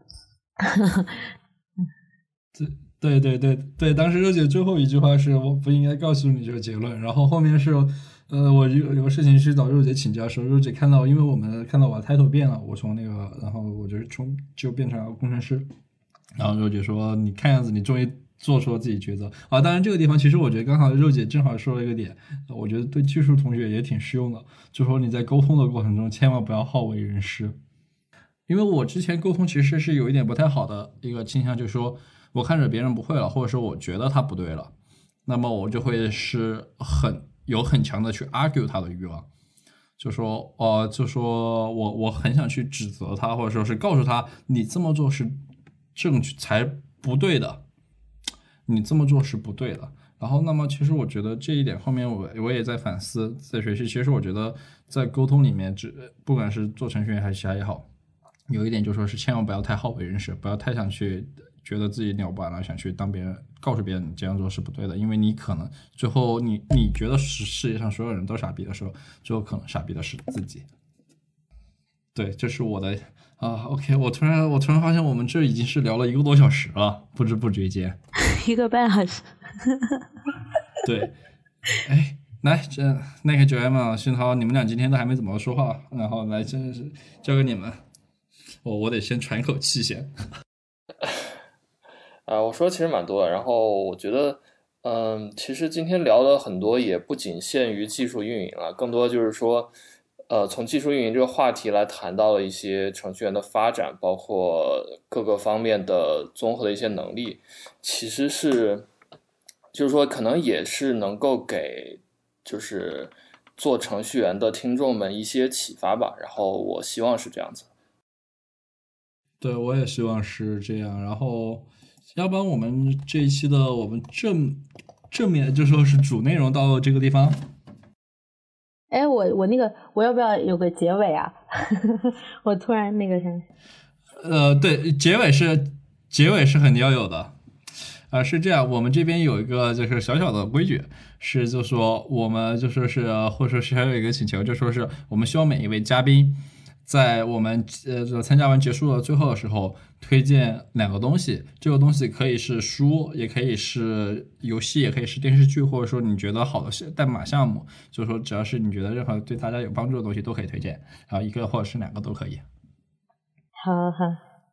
对对对对，当时肉姐最后一句话是我不应该告诉你这个结论，然后后面是呃我有有个事情去找肉姐请教的时候，肉姐看到因为我们看到我的 title 变了，我从那个然后我就从就变成了工程师，然后肉姐说你看样子你终于做出了自己抉择啊。当然这个地方其实我觉得刚好肉姐正好说了一个点，我觉得对技术同学也挺适用的，就说你在沟通的过程中千万不要好为人师。因为我之前沟通其实是有一点不太好的一个倾向，就是说我看着别人不会了，或者说我觉得他不对了，那么我就会是很有很强的去 argue 他的欲望，就说呃，就说我我很想去指责他，或者说是告诉他你这么做是正确才不对的，你这么做是不对的。然后那么其实我觉得这一点后面我我也在反思在学习，其实我觉得在沟通里面不管是做程序员还是其他也好，有一点就说是千万不要太好为人师，不要太想去觉得自己了不完了，想去当别人告诉别人你这样做是不对的，因为你可能最后你你觉得世世界上所有人都傻逼的时候，最后可能傻逼的是自己。对，这是我的啊 OK， 我突然我突然发现我们这已经是聊了一个多小时了，不知不觉间一个半小时。 对，哎，来这那个九 M 新涛，你们俩今天都还没怎么说话，然后来真是交给你们。我我得先喘口气先。 啊，我说其实蛮多的，然后我觉得，嗯，其实今天聊了很多，也不仅限于技术运营了，更多就是说，呃，从技术运营这个话题来谈到了一些程序员的发展，包括各个方面的综合的一些能力，其实是，就是说可能也是能够给就是做程序员的听众们一些启发吧，然后我希望是这样子。 对，我也希望是这样。然后，要不然我们这一期的我们正正面就说是主内容到这个地方。 哎，我我那个我要不要有个结尾啊？我突然那个想， 呃，对，结尾是结尾是肯定要有的。啊、呃，是这样，我们这边有一个就是小小的规矩，是就说我们就说是或者说是还有一个请求，就说是我们希望每一位嘉宾。在我们呃参加完结束的最后的时候，推荐两个东西。这个东西可以是书，也可以是游戏，也可以是电视剧，或者说你觉得好的代码项目，就是说只要是你觉得任何对大家有帮助的东西都可以推荐。然后一个或者是两个都可以。 好好。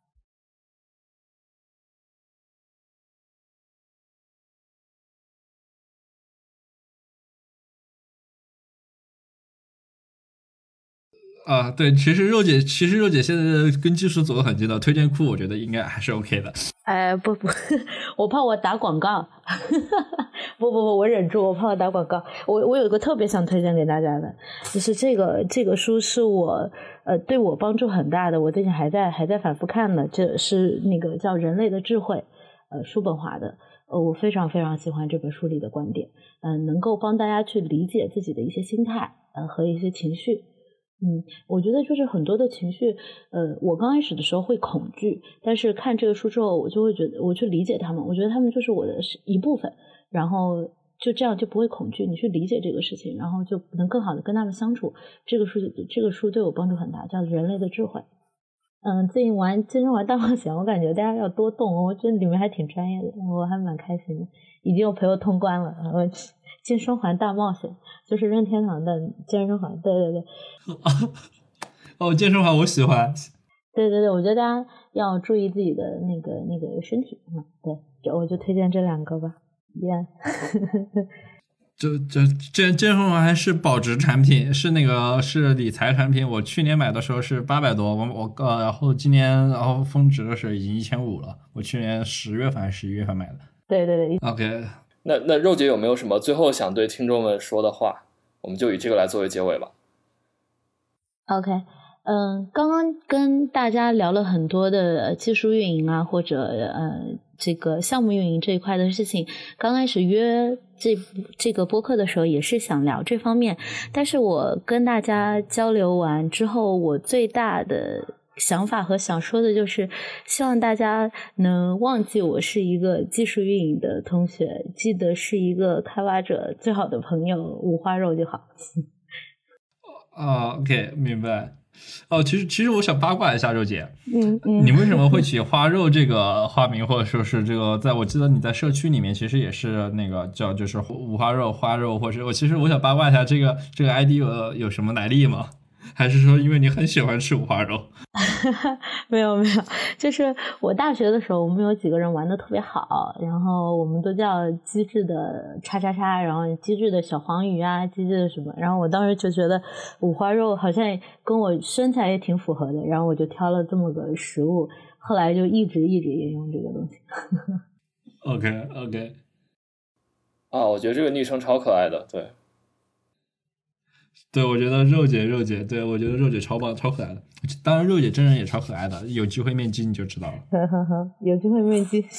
啊，对，其实肉姐，其实肉姐现在跟技术走得很近的，推荐库我觉得应该还是 OK 的。 哎，不不，我怕我打广告，不不不，我忍住，我怕我打广告。我我有一个特别想推荐给大家的，就是这个这个书是我呃对我帮助很大的，我最近还在还在反复看呢。这是那个叫《人类的智慧》，呃，叔本华的。呃，我非常非常喜欢这本书里的观点，嗯、呃，能够帮大家去理解自己的一些心态，呃和一些情绪。嗯，我觉得就是很多的情绪，呃，我刚开始的时候会恐惧，但是看这个书之后，我就会觉得，我去理解他们，我觉得他们就是我的一部分，然后就这样就不会恐惧，你去理解这个事情，然后就能更好的跟他们相处。这个书，这个书对我帮助很大，叫《人类的智慧》。嗯，最近玩健身环大冒险，我感觉大家要多动，我觉得里面还挺专业的，我还蛮开心的，已经有朋友通关了，然后健身环大冒险就是任天堂的健身环，对对对。 哦，健身环我喜欢。 对对对，我觉得大家要注意自己的那个那个身体嘛。对，就我就推荐这两个吧。Yeah 就这这健身环还是保值产品，是那个是理财产品。我去年买的时候是八百多，我我呃，然后今年然后峰值的时候已经一千五了。我去年十月份还是十一月份买的。 对对对 OK， 那那肉姐有没有什么最后想对听众们说的话？我们就以这个来作为结尾吧。 OK， 嗯，刚刚跟大家聊了很多的技术运营啊，或者呃这个项目运营这一块的事情。刚开始约这这个播客的时候，也是想聊这方面，但是我跟大家交流完之后，我最大的想法和想说的就是，希望大家能忘记我是一个技术运营的同学，记得是一个开发者最好的朋友五花肉就好。 哦 OK， 明白。哦，其实其实我想八卦一下肉姐， 嗯嗯， 你为什么会起花肉这个花名，或者说是这个，在我记得你在社区里面其实也是那个叫就是五花肉、花肉，或者我其实我想八卦一下这个这个 I D 有有什么来历吗？还是说因为你很喜欢吃五花肉？ 没有没有，就是我大学的时候，我们有几个人玩的特别好，然后我们都叫机智的叉叉叉，然后机智的小黄鱼啊，机智的什么，然后我当时就觉得五花肉好像跟我身材也挺符合的，然后我就挑了这么个食物，后来就一直一直沿用这个东西。 OK OK， 啊，我觉得这个昵称超可爱的，对。 对，我觉得肉姐肉姐，对我觉得肉姐超棒超可爱的，当然肉姐真人也超可爱的，有机会面基你就知道了。 有机会面基。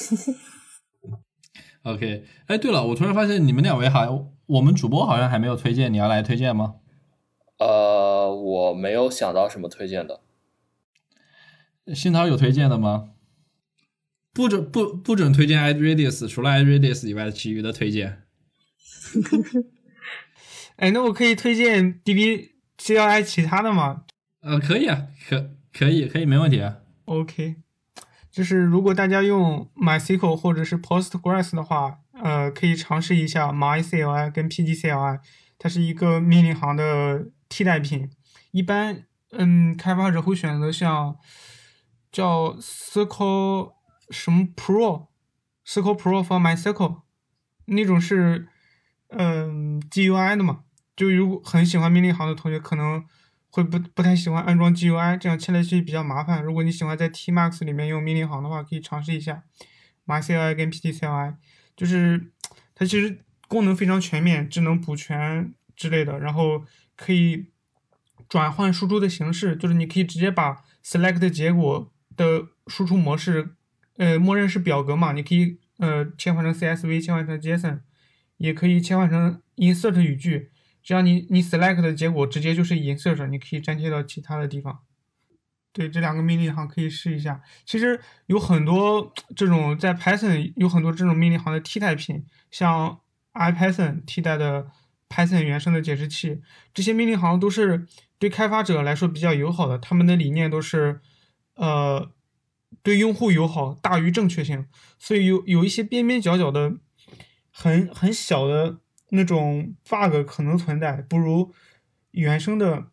OK， 哎，对了，我突然发现你们两位好，我们主播好像还没有推荐，你要来推荐吗？ 呃，我没有想到什么推荐的。 新涛有推荐的吗？不准不不准推荐 iRadius， 除了 iRadius 以外的其余的推荐。 哎，那我可以推荐 D B C L I 其他的吗？ 呃，可以啊，可可以可以，没问题啊。 OK， 就是如果大家用 MySQL 或者是 Postgres 的话，呃，可以尝试一下 MyCLI 跟 P G C L I， 它是一个命令行的替代品。一般，嗯，开发者会选择像叫 Circle 什么 Pro，Circle Pro for MySQL 那种是，嗯 G U I 的嘛。就如果很喜欢命令行的同学，可能会不不太喜欢安装 G U I， 这样切来切去比较麻烦。如果你喜欢在 Tmax 里面用命令行的话，可以尝试一下 MyCLI 跟 P G C L I， 就是它其实功能非常全面，智能补全之类的，然后可以转换输出的形式，就是你可以直接把 select 结果的输出模式，呃，默认是表格嘛，你可以呃切换成 C S V， 切换成 JSON， 也可以切换成 insert 语句。这样你你 select 的结果直接就是 insert， 你可以粘贴到其他的地方。对，这两个命令行可以试一下。其实有很多这种在 Python 有很多这种命令行的替代品，像 IPython 替代的 Python 原生的解释器，这些命令行都是对开发者来说比较友好的，他们的理念都是呃对用户友好大于正确性，所以有有一些边边角角的很很小的那种 bug 可能存在，不如原生的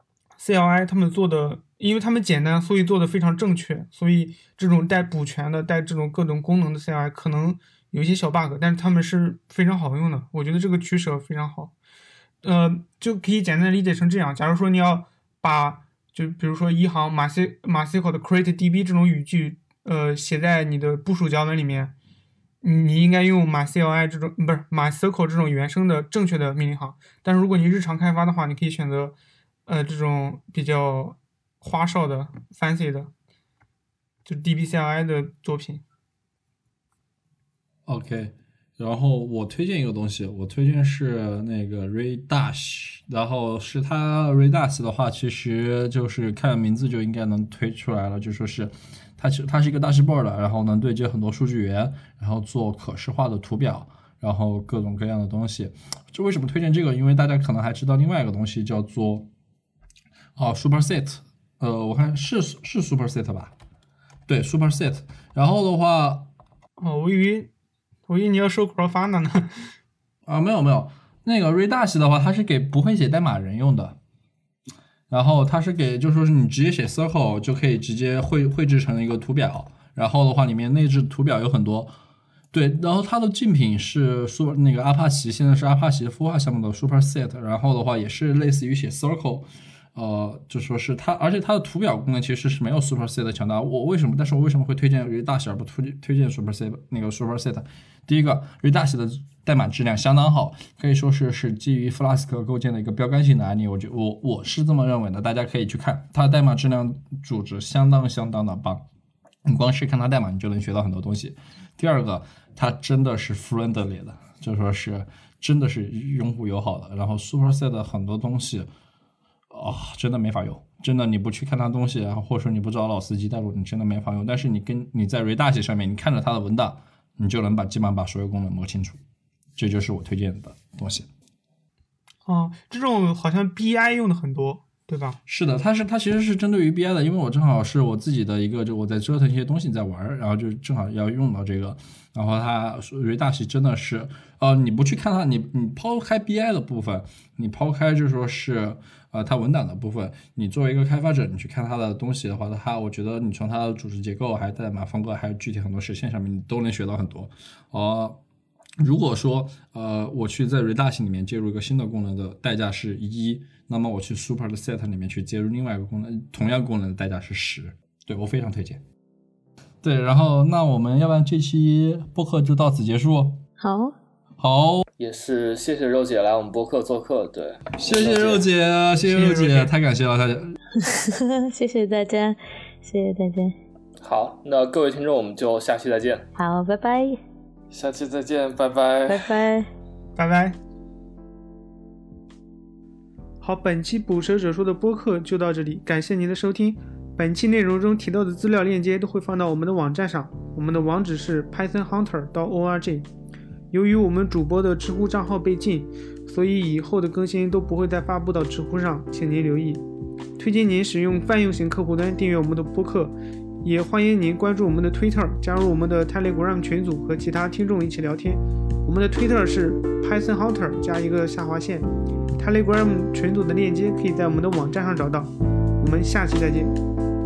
C L I 他们做的，因为他们简单，所以做的非常正确，所以这种带补全的、带这种各种功能的 C L I 可能有一些小 bug， 但是他们是非常好用的，我觉得这个取舍非常好。呃，就可以简单理解成这样，假如说你要把就比如说一行 MySQL 的 create D B 这种语句，呃，写在你的部署脚本里面。你应该用 MyCLI 这种不是 MySQL 这种原生的正确的命令行，但是如果你日常开发的话，你可以选择呃这种比较花哨的 fancy 的，就 D B C L I 的作品。 OK， 然后我推荐一个东西，我推荐是那个 Redash， 然后是它 Redash 的话，其实就是看名字就应该能推出来了，就说是它是它是一个 dashboard， 然后能对接很多数据源，然后做可视化的图表，然后各种各样的东西。这为什么推荐这个？因为大家可能还知道另外一个东西叫做哦 Superset， 呃，我看是是 Superset 吧？对 Superset， 然后的话， 哦，我以为我以为你要说 Grafana 呢。 啊，没有没有，那个 Redash 的话，它是给不会写代码人用的。然后它是给，就说是你直接写 circle 就可以直接绘绘制成一个图表，然后的话里面内置图表有很多，对，然后它的竞品是说那个阿帕奇，现在是阿帕奇孵化项目的 Superset， 然后的话也是类似于写 circle， 呃，就说是它，而且它的图表功能其实是没有 Superset 强大。我为什么？但是我为什么会推荐 Redash 而不推推荐 Superset 那个 Superset？ 第一个 Redash 的代码质量相当好，可以说是是基于 Flask 构建的一个标杆性的案例。我觉我我是这么认为的，大家可以去看它的代码质量组织相当相当的棒。你光是看它代码，你就能学到很多东西。第二个，它真的是 friendly 的，就说是真的是用户友好的。然后 Superset 的很多东西。哦，真的没法用，真的你不去看它东西啊，或者说你不找老司机带路，你真的没法用。但是你跟你在 Redash 上面，你看着它的文档，你就能把基本上把所有功能摸清楚，这就是我推荐的东西。 哦，这种好像 B I 用的很多，对吧？ 是的，它是它其实是针对于 B I 的，因为我正好是我自己的一个，就我在折腾一些东西在玩，然后就正好要用到这个，然后它 Redash 真的是，呃，你不去看它，你你抛开 B I 的部分，你抛开就是说是。呃，它文档的部分，你作为一个开发者，你去看它的东西的话，它我觉得你从它的组织结构，还有代码风格，还有具体很多实现上面，你都能学到很多。呃，如果说呃我去在 Redash 里面接入一个新的功能的代价是一，那么我去 Superset 里面去接入另外一个功能，同样功能的代价是十。对，我非常推荐。对，然后那我们要不然这期播客就到此结束。 好。 好， 也是谢谢肉姐来我们播客做客，对， 谢谢肉姐，谢谢肉姐，太感谢了，大家， 谢谢大家，谢谢大家。 好，那各位听众，我们就下期再见。 好，拜拜。 下期再见，拜拜， 拜拜， 拜拜。好，本期捕蛇者说的播客就到这里，感谢您的收听。本期内容中提到的资料链接都会放到我们的网站上，我们的网址是 python hunter dot org。由于我们主播的知乎账号被禁，所以以后的更新都不会再发布到知乎上，请您留意。推荐您使用泛用型客户端订阅我们的播客，也欢迎您关注我们的 Twitter， 加入我们的 Telegram 群组和其他听众一起聊天。我们的 Twitter 是 Python Hunter 加一个下划线， Telegram 群组的链接可以在我们的网站上找到。我们下期再见。